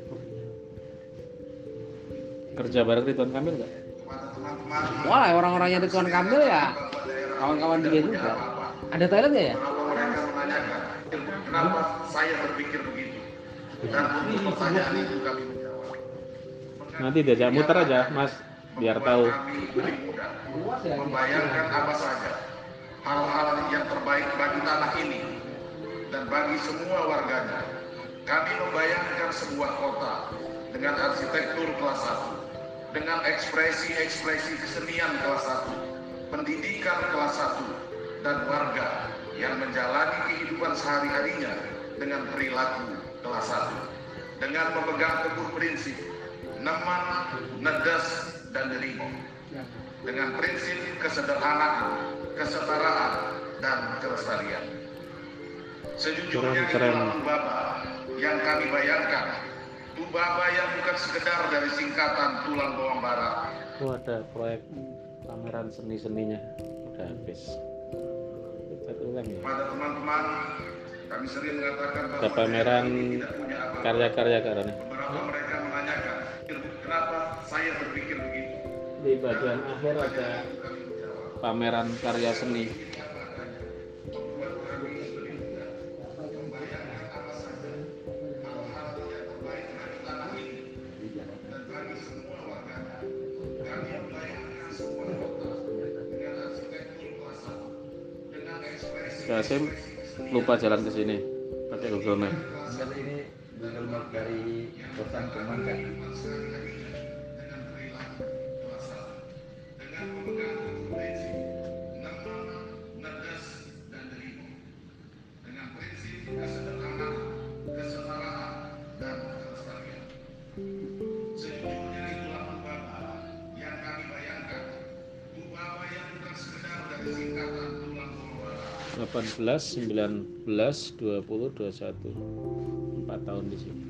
Speaker 2: Kerja bareng Ridwan Kamil nggak?
Speaker 1: wah orang-orangnya Ridwan Kamil ya kawan-kawan dia juga. Ada toilet nggak ya?
Speaker 7: Mereka menanyakan, kenapa saya berpikir begitu? Dan untuk pertanyaan itu kami menjawab.
Speaker 2: Nanti diajak muter aja, Mas, biar tahu.
Speaker 7: Kami lebih mudah membayangkan apa saja hal-hal yang terbaik bagi tanah ini dan bagi semua warganya. Kami membayangkan sebuah kota dengan arsitektur kelas satu, dengan ekspresi-ekspresi kesenian kelas satu, pendidikan kelas satu, dan warga yang menjalani kehidupan sehari-harinya dengan perilaku kelas satu, dengan memegang teguh prinsip neman, nedas, dan derimo, dengan prinsip kesederhanaan, kesetaraan, dan kelestarian. Sejujurnya
Speaker 2: Keren, keren.
Speaker 7: itulah Tubaba yang kami bayangkan, Tubaba yang bukan sekedar dari singkatan tulang bawang barat.
Speaker 2: Oh, ada proyek pameran seni-seninya. Udah habis. Kita ulang ya.
Speaker 7: Pada teman-teman, kami sering mengatakan bahwa
Speaker 2: Ada pameran
Speaker 7: daerah ini tidak punya apa-apa.
Speaker 2: karya-karya karena
Speaker 7: Beberapa mereka menanyakan, kenapa saya berpikir begitu?
Speaker 2: di bagian akhir ada pameran karya seni. Kasim lupa jalan ke sini pakai Google Map.
Speaker 9: Enggak, ini Google Map dari kosan teman kan.
Speaker 2: delapan belas, sembilan belas, dua puluh, dua puluh satu. empat tahun di sini.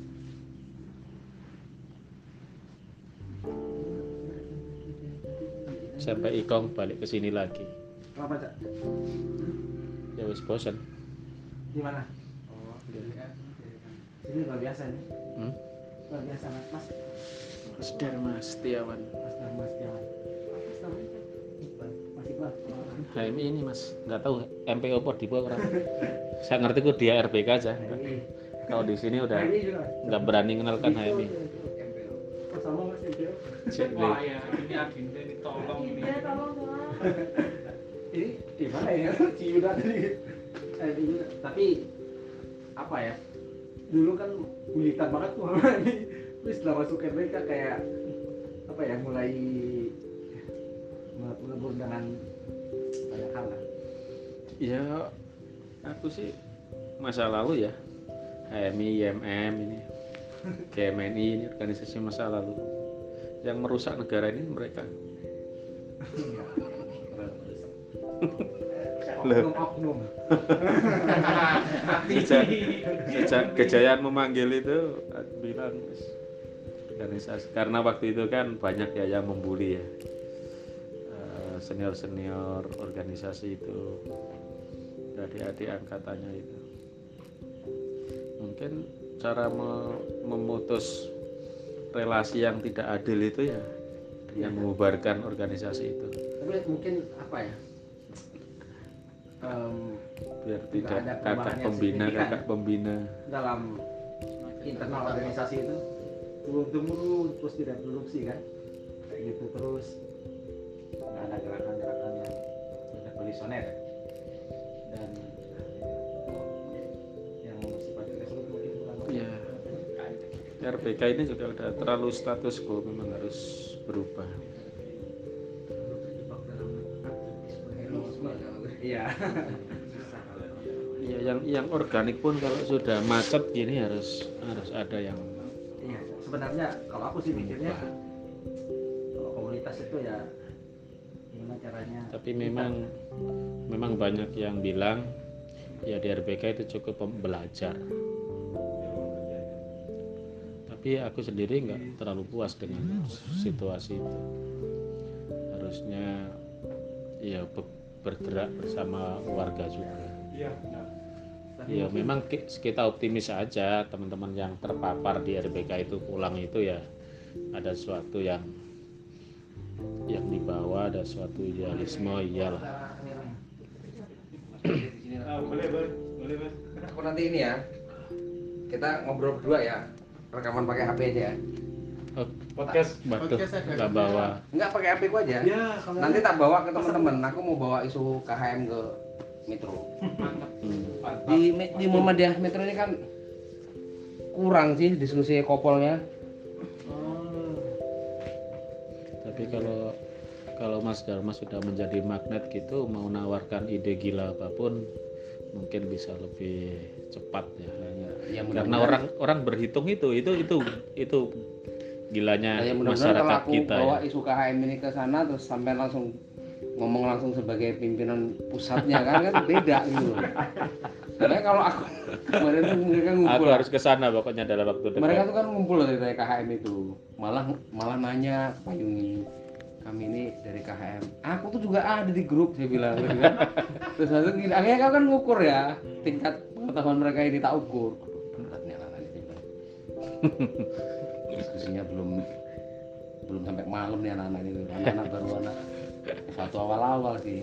Speaker 2: Sampai Ikong balik ke sini lagi.
Speaker 4: Kenapa, Cak?
Speaker 2: Ya wis bosan.
Speaker 4: Di mana? Oh, ini luar biasa nih.
Speaker 2: Hmm?
Speaker 4: Luar biasa, Mas.
Speaker 2: Mas Dharma Setiawan.
Speaker 4: Mas Dharma Setiawan. Mas namanya? Mas Iqbal.
Speaker 2: H M I ini Mas, nggak tahu M P O apa di bawah orang. Saya ngerti kok dia R B K aja. Kalau di sini udah nggak berani kenalkan H M I.
Speaker 4: Sama Mas M P O.
Speaker 3: Wah ya, ini agenda ini tolong ini.
Speaker 10: Iya, tolong tolong.
Speaker 4: Ini gimana ya? Ciuda tadi. Eh, Yuda. Tapi apa ya? Dulu kan militan banget tuh ini. Terus setelah masuk R B K kayak apa ya? Mulai melebur dengan banyak hal lah.
Speaker 2: Ya, aku sih masa lalu ya. H M I, I M M ini, G M N I ini organisasi masa lalu. Yang merusak negara ini mereka.
Speaker 4: Oknum-oknum.
Speaker 2: sejak, sejak kejayaan memanggil itu bilang organisasi, karena waktu itu kan banyak ya yang membuli ya senior senior organisasi itu, adik-adik angkatannya itu. Mungkin cara me- memutus relasi yang tidak adil itu ya dengan membubarkan organisasi itu.
Speaker 4: Tapi mungkin apa ya? Um,
Speaker 2: Biar tidak kakak pembina kakak pembina
Speaker 4: dalam internal organisasi itu turun temurun terus tidak produksi kan, kayak gitu terus nggak ada gerakan-gerakan yang revolusioner dan yang sifatnya resolusi mungkin kurang.
Speaker 2: Ya, R B K ini juga udah terlalu status quo, memang harus berubah.
Speaker 4: Iya.
Speaker 2: Iya, yang yang organik pun kalau sudah macet gini harus harus ada yang.
Speaker 4: Iya, sebenarnya kalau aku sih mikirnya kalau komunitas itu ya gimana caranya.
Speaker 2: Tapi memang memang banyak yang bilang ya di R B K itu cukup belajar. Tapi aku sendiri nggak terlalu puas dengan situasi itu. Harusnya ya bergerak bersama warga juga.
Speaker 3: Iya, benar.
Speaker 2: Ya memang kita optimis aja teman-teman yang terpapar di R B K itu pulang itu ya ada sesuatu yang yang dibawa, ada suatu idealisme, iyalah.
Speaker 3: Ah, boleh, boleh, boleh, Mas.
Speaker 1: Aku nanti ini ya, kita ngobrol berdua ya, rekaman pakai H P aja ya.
Speaker 2: Oh,
Speaker 3: Podcast,
Speaker 2: Waduh, nggak bawa.
Speaker 1: Enggak pakai H P ku aja.
Speaker 3: Ya, kalau
Speaker 1: Nanti tak bawa ke teman-teman. Aku mau bawa isu K H M ke Metro.
Speaker 2: Hmm.
Speaker 1: Di di Muhammadiyah Metro ini kan kurang sih diskusi kopolnya.
Speaker 2: Tapi kalau kalau Mas Dharma sudah menjadi magnet gitu, mau nawarkan ide gila apapun mungkin bisa lebih cepat ya.
Speaker 1: Ya,
Speaker 2: Karena orang orang berhitung itu itu itu itu gilanya
Speaker 1: ya,
Speaker 2: masyarakat
Speaker 1: kalau aku
Speaker 2: kita
Speaker 1: bawa
Speaker 2: ya.
Speaker 1: isu K H M ini ke sana terus sampai langsung ngomong langsung sebagai pimpinan pusatnya kan kan beda gitu. Karena kalau aku kemarin tuh mereka ngumpul.
Speaker 2: Aku harus ke sana pokoknya dalam waktu dekat.
Speaker 1: Mereka tuh kan ngumpul dari K H M itu. Malah malah nanya Pak Yungi, kami ini dari K H M. Aku tuh juga ada di grup, saya bilang gitu kan. Terus lalu gini, akhirnya kau kan ngukur ya tingkat pengetahuan mereka ini tak ukur. Beratnya anak ini bilang. Diskusinya belum belum sampai malam nih anak-anak ini. Anak-anak baru anak satu awal-awal sih.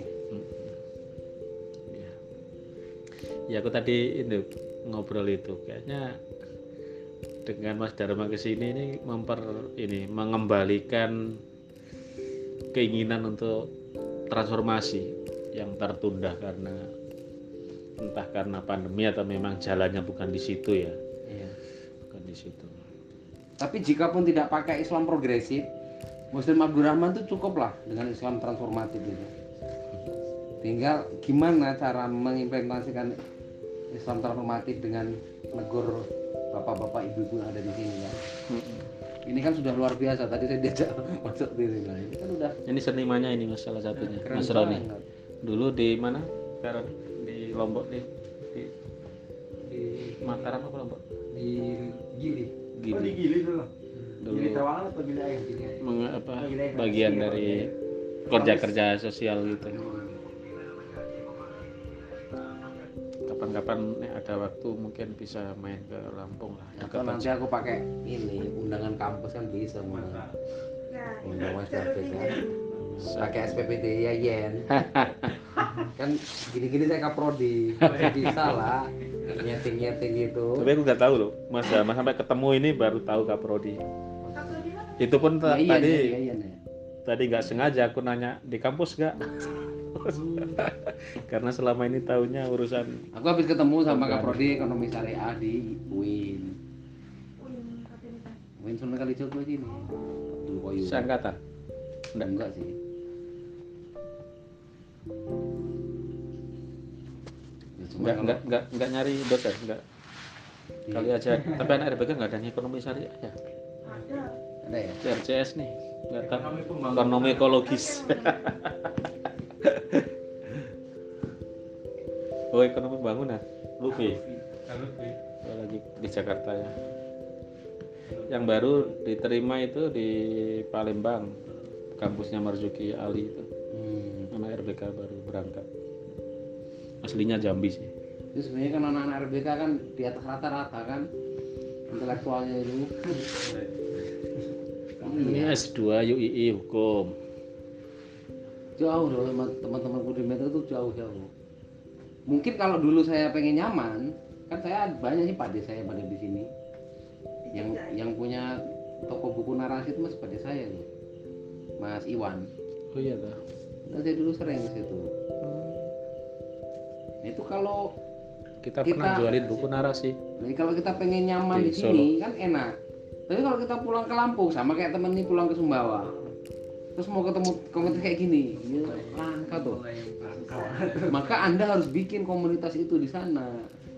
Speaker 2: Ya. Ya aku tadi itu ngobrol itu kayaknya dengan Mas Dharma kesini ini memper ini mengembalikan keinginan untuk transformasi yang tertunda karena entah karena pandemi atau memang jalannya bukan di situ ya.
Speaker 1: Iya.
Speaker 2: Bukan di situ.
Speaker 1: Tapi jika pun tidak pakai Islam progresif, Muslim Abdurrahman itu cukup lah dengan Islam transformatif itu. Tinggal gimana cara mengimplementasikan Islam transformatif dengan negur bapak-bapak ibu-ibu yang ada di sini kan. Hmm. Ini kan sudah luar biasa. Tadi saya diajak masuk di sini. Ini kan udah.
Speaker 2: Ini senimannya ini Mas salah satunya.
Speaker 1: Keren
Speaker 2: Mas Roni.
Speaker 1: banget.
Speaker 2: Dulu di mana? Sekarang
Speaker 1: Di
Speaker 2: Lombok nih di, di Mataram apa Lombok?
Speaker 4: Di Gili.
Speaker 2: Gili.
Speaker 4: Oh, di Gili dulu.
Speaker 2: Dulu.
Speaker 4: Gili Trawangan atau Gili Air? Gili Air.
Speaker 2: Meng, apa,
Speaker 4: Oh, Gili Air.
Speaker 2: bagian
Speaker 4: Gili
Speaker 2: dari
Speaker 4: Air.
Speaker 2: kerja-kerja sosial gitu. Kapan-kapan nih ada waktu mungkin bisa main ke Lampung lah.
Speaker 1: Atau nanti aku pakai ini undangan kampus kan bisa mana. Undang Mas David kan. Pakai S P P D ya Yen. Kan gini-gini saya kaprodi. Bisa lah. Nyeting-nyeting gitu.
Speaker 2: Tapi aku nggak tahu loh, Mas Mas sampai ketemu ini baru tahu Kaprodi. Itu pun ta-
Speaker 1: Ya, Yen,
Speaker 2: tadi
Speaker 1: ya, Yen, ya.
Speaker 2: tadi nggak sengaja aku nanya di kampus nggak? Karena selama ini tahunya urusan.
Speaker 1: Aku habis ketemu sama
Speaker 2: Bukan.
Speaker 1: Kaprodi Ekonomi Syariah di U I N. U I N Sunan Kalijogo sini. Dulu koyo.
Speaker 2: Seangkatan?
Speaker 1: Enggak, enggak sih. Ya, cuma
Speaker 2: Nggak
Speaker 1: kalau-
Speaker 2: nggak nggak nggak nyari dosen nggak. Kali aja. Tapi anak R B K nggak ada nih ekonomi syariah ya.
Speaker 10: Ada.
Speaker 1: ada ya.
Speaker 2: C R C S nih. Nggak tahu.
Speaker 3: Ekonomi pembangunan.
Speaker 2: Ekonomi ekologis. Oh ekonomi pembangunan. Lupi.
Speaker 3: Kalau di
Speaker 2: Oh, lagi di Jakarta ya. Yang baru diterima itu di Palembang, kampusnya Marzuki Ali itu.
Speaker 1: Hmm.
Speaker 2: Anak R B K baru berangkat. Aslinya Jambi sih.
Speaker 1: Itu sebenarnya kan anak-anak R B K kan di atas rata-rata kan intelektualnya itu.
Speaker 2: Ini
Speaker 1: Iya.
Speaker 2: S dua U I I hukum.
Speaker 1: Jauh loh sama teman-temanku di Metro itu jauh-jauh. Mungkin kalau dulu saya pengen nyaman, kan saya banyak sih pade saya pada di sini. Yang yang punya toko buku narasi itu mas pade saya tuh, Mas Iwan.
Speaker 2: Oh iya toh.
Speaker 1: Nah, saya dulu sering ke situ. Itu kalau
Speaker 2: Kita,
Speaker 1: Kita-
Speaker 2: pernah jualin buku narasi.
Speaker 1: Jadi kalau kita pengen nyaman
Speaker 2: Di
Speaker 1: di, sini kan enak. Tapi kalau kita pulang ke Lampung sama kayak temen nih pulang ke Sumbawa, terus mau ketemu komunitas kayak gini, ya langka tuh. Maka Anda harus bikin komunitas itu di sana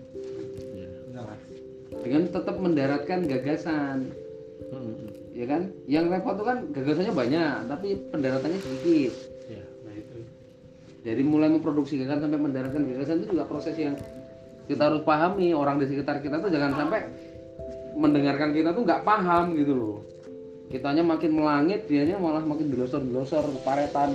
Speaker 1: dengan tetap mendaratkan gagasan,
Speaker 2: Hmm.
Speaker 1: ya kan? Yang repot tuh kan gagasannya banyak, tapi pendaratannya sedikit.
Speaker 2: Ya.
Speaker 3: nah itu
Speaker 1: Dari mulai memproduksi gagasan sampai mendaratkan gagasan itu juga proses yang kita harus pahami. Orang di sekitar kita tuh jangan sampai mendengarkan kita tuh nggak paham gitu loh. Kitanya makin melangit, dianya malah makin glosor-glosor paretan.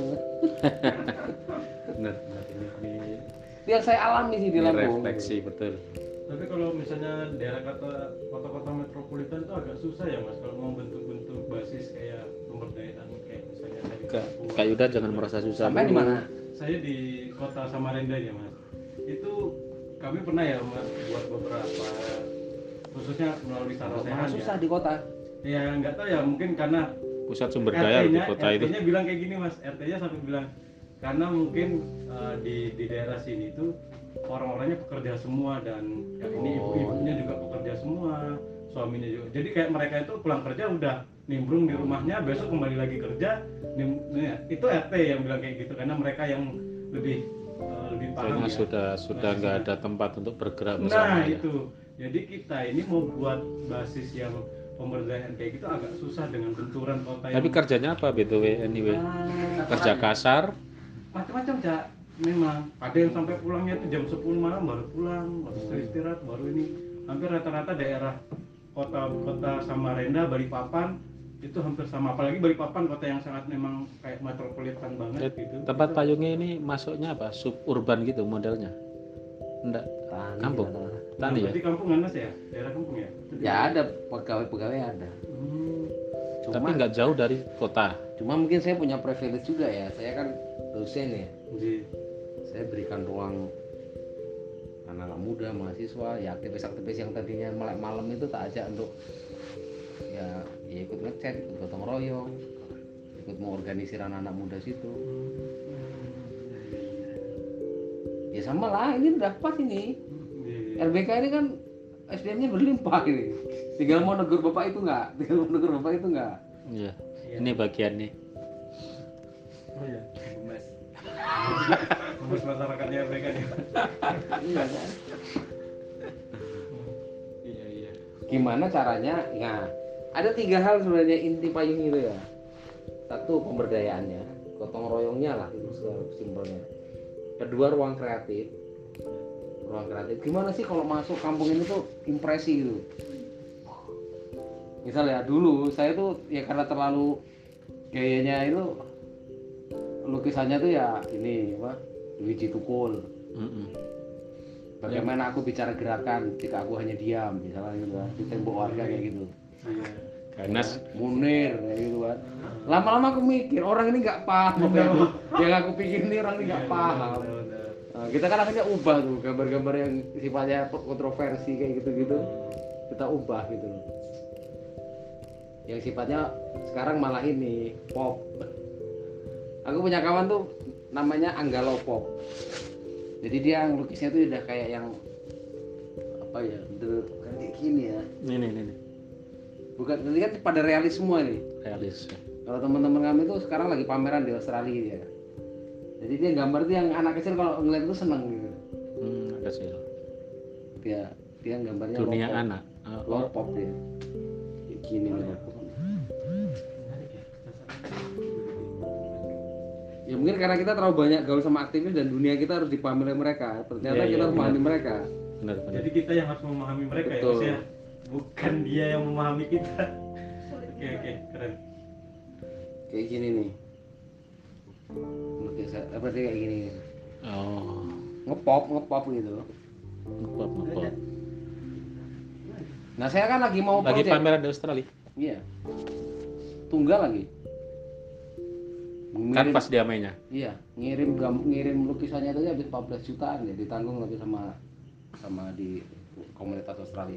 Speaker 2: Benar, benar. Ini, ini,
Speaker 1: Itu yang saya alami sih di
Speaker 2: ini
Speaker 1: Lampung.
Speaker 2: refleksi betul.
Speaker 3: tapi kalau misalnya daerah kata kota-kota metropolitan itu agak susah ya mas kalau mau bentuk-bentuk basis kayak pemberdayaan kayak misalnya tadi
Speaker 2: Kak,
Speaker 3: Papua.
Speaker 2: Kak Yuda jangan merasa susah.
Speaker 1: Sampai di mana?
Speaker 3: Saya di kota Samarinda ya mas. Itu kami pernah ya mas buat beberapa khususnya melalui Sarasehan
Speaker 1: Malah
Speaker 3: ya.
Speaker 1: susah di kota.
Speaker 3: Ya nggak tahu ya mungkin karena
Speaker 2: Pusat sumber daya di
Speaker 3: R T-nya,
Speaker 2: kota itu.
Speaker 3: R T-nya bilang kayak gini mas, R T-nya sampai bilang karena mungkin uh, di di daerah sini tuh orang-orangnya pekerja semua dan ya ini
Speaker 1: Oh.
Speaker 3: ibu-ibunya juga pekerja semua, suaminya juga. Jadi kayak mereka itu pulang kerja udah nimbrung di rumahnya, besok kembali lagi kerja. Nim, ya, itu R T yang bilang kayak gitu karena mereka yang lebih uh, lebih paham
Speaker 2: Kayaknya
Speaker 3: ya.
Speaker 2: sudah sudah
Speaker 3: Basis
Speaker 2: nggak
Speaker 3: ini.
Speaker 2: ada tempat untuk bergerak
Speaker 3: Nah
Speaker 2: bersama ya.
Speaker 3: itu, jadi kita ini mau buat basis yang pemberdayaan kayak gitu agak susah dengan benturan kota yang
Speaker 2: Tapi kerjanya apa B T W anyway?
Speaker 3: Ah,
Speaker 2: Kerja kasar.
Speaker 3: macam-macam Cak. Memang ada yang sampai pulangnya itu jam sepuluh malam baru pulang, habis itu istirahat baru ini. Hampir rata-rata daerah kota-kota Samarinda, Balikpapan itu hampir sama. Apalagi Balikpapan kota yang sangat memang kayak metropolitan banget gitu.
Speaker 2: Tempat
Speaker 3: Itu-
Speaker 2: payungnya ini masuknya apa? Suburban gitu modelnya? Enggak.
Speaker 1: Tani,
Speaker 2: Kampung.
Speaker 1: kata-kata.
Speaker 2: Tani ya?
Speaker 3: Berarti kampung Anas ya? Daerah kampung ya?
Speaker 1: Ya ada pegawai-pegawai ada.
Speaker 3: Hmm.
Speaker 1: Cuma,
Speaker 2: Tapi nggak jauh dari kota.
Speaker 1: cuma mungkin saya punya privilege juga ya. Saya kan dosen ya.
Speaker 3: Jadi,
Speaker 1: Saya berikan ruang anak-anak muda, mahasiswa, ya aktivis-aktivis yang tadinya melek malam itu tak ajak untuk ya, ya ikut ngechat, ikut gotong royong, ikut mengorganisir anak-anak muda situ. Ya sama lah, ini udah pas ini. R B K ini kan S D M-nya berlimpah ini. Tinggal mau negur bapak itu enggak, tinggal mau negur bapak itu enggak.
Speaker 2: Iya. Ini bagian nih.
Speaker 3: oh ya, Mas. Mas masyarakatnya R B K nih.
Speaker 1: Iya kan?
Speaker 2: Iya iya.
Speaker 1: Gimana caranya? Nah, ada tiga hal sebenarnya inti payung itu ya. Satu pemberdayaannya, gotong royongnya lah itu simpelnya. Kedua ruang kreatif. ruang kreatif. Gimana sih kalau masuk kampung ini tuh impresi gitu. Misalnya dulu saya tuh ya karena terlalu gayanya itu lukisannya tuh ya ini apa Luigi Tukul. Mm-hmm. Bagaimana aku bicara gerakan jika aku hanya diam misalnya gitu kan di tembok warga kayak gitu.
Speaker 2: Ganas
Speaker 1: Munir kayak gitu kan. Lama-lama aku mikir orang ini nggak paham apa yang, yang aku pikir ini orang ini nggak paham. Nah, kita kan akhirnya ubah tuh gambar-gambar yang sifatnya kontroversi kayak gitu-gitu kita ubah gitu loh. Yang sifatnya sekarang malah ini pop. Aku punya kawan tuh namanya Anggalo Pop. Jadi dia lukisnya tuh udah kayak yang apa ya, bukan kayak gini ya.
Speaker 2: Nih nih nih.
Speaker 1: Bukan, ini kan pada realis semua nih.
Speaker 2: Realis.
Speaker 1: Kalau teman-teman kami tuh sekarang lagi pameran di Australia ya. Jadi dia gambar tuh yang anak kecil kalau ngeliat tuh seneng gitu.
Speaker 2: Hmm, kecil.
Speaker 1: Dia dia gambarnya
Speaker 2: dunia
Speaker 1: low pop.
Speaker 2: anak.
Speaker 1: Uh, low pop dia. Kayak gini nih. Ya mungkin karena kita terlalu banyak gaul sama aktivis dan dunia kita harus dipahami oleh mereka. Ternyata ya, kita ya, harus memahami mereka.
Speaker 2: Benar, benar.
Speaker 3: Jadi kita yang harus memahami mereka. Betul. Ya, maksudnya bukan dia yang memahami kita. Oke oke keren.
Speaker 1: Kayak gini nih. Oke, apa sih kayak gini?
Speaker 2: Oh.
Speaker 1: Ngepop ngepop gitu.
Speaker 2: Ngepop ngepop.
Speaker 1: Nah saya kan lagi mau
Speaker 2: lagi project. Pameran di Australia.
Speaker 1: Iya. Tunggal lagi.
Speaker 2: Ngirim, kan pas dia mainnya.
Speaker 1: Iya, ngirim gam, ngirim lukisannya itu habis empat belas jutaan ya, ditanggung lagi sama sama di komunitas Australia.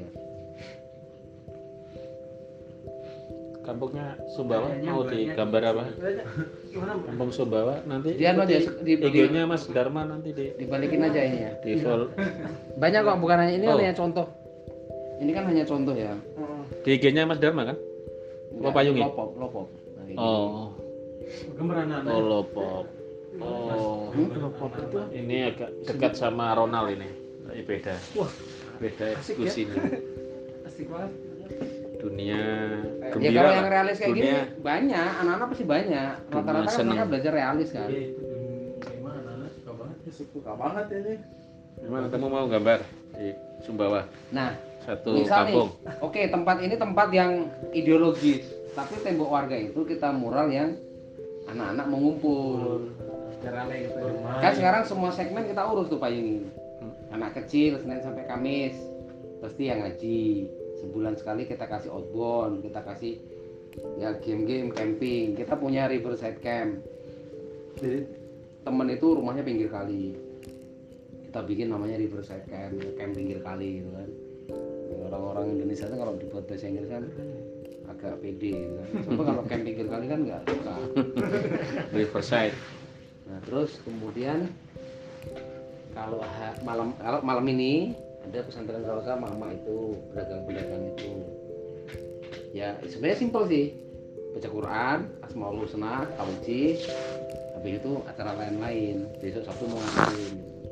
Speaker 2: Kampungnya Sumbawa mau digambar apa? Kampung Sumbawa nanti
Speaker 1: dia di, di,
Speaker 2: I G-nya Mas Dharma nanti di
Speaker 1: dibalikin aja ini ya.
Speaker 2: Di full.
Speaker 1: Banyak kok, bukan hanya ini oh. Hanya contoh. Ini kan hanya contoh ya.
Speaker 2: Di I G-nya Mas Dharma kan? Apa payungi?
Speaker 1: Lopop, lopop.
Speaker 2: Nah, oh.
Speaker 3: Gambar anak.
Speaker 2: Oh, lopop. Oh. Hmm, lopop itu ini agak dekat sama Ronald ini. Ini beda. Wah, beda eksklusif. Ya?
Speaker 9: Asik banget.
Speaker 2: Dunia
Speaker 1: gembira. Ya kalau yang realis kayak dunia, gini banyak, anak-anak pasti banyak. Rata-rata kan mereka belajar realis kan.
Speaker 3: Iya, itu gimana anak-anak suka banget ya, suka banget ini.
Speaker 2: Gimana kamu mau gambar di Sumbawa?
Speaker 1: Nah,
Speaker 2: satu
Speaker 1: misal
Speaker 2: kampung.
Speaker 1: Nih, oke, tempat ini tempat yang ideologis, tapi tembok warga itu kita mural yang anak-anak mengumpul.
Speaker 9: Rame gitu.
Speaker 1: Kan sekarang semua segmen kita urus tuh payung ini. Anak kecil Senin sampai Kamis pasti yang ngaji. Sebulan sekali kita kasih outbound, kita kasih ya game-game camping. Kita punya riverside camp. Jadi temen itu rumahnya pinggir kali. Kita bikin namanya riverside camp, camp pinggir kali gitu kan. Orang-orang Indonesia itu kalau dibuat bahasa Inggris kan agak pede gitu kan. Coba kalau camp pinggir kali kan nggak suka.
Speaker 2: Riverside.
Speaker 1: Nah terus kemudian kalau ha- malam kalau malam ini ada pesantren Rosa mama itu pedagang-pedagang itu. Ya sebenarnya simpel sih. Baca Quran, Asmaul Husna, Tauji, habis itu acara lain-lain. Besok Sabtu mau ngapain.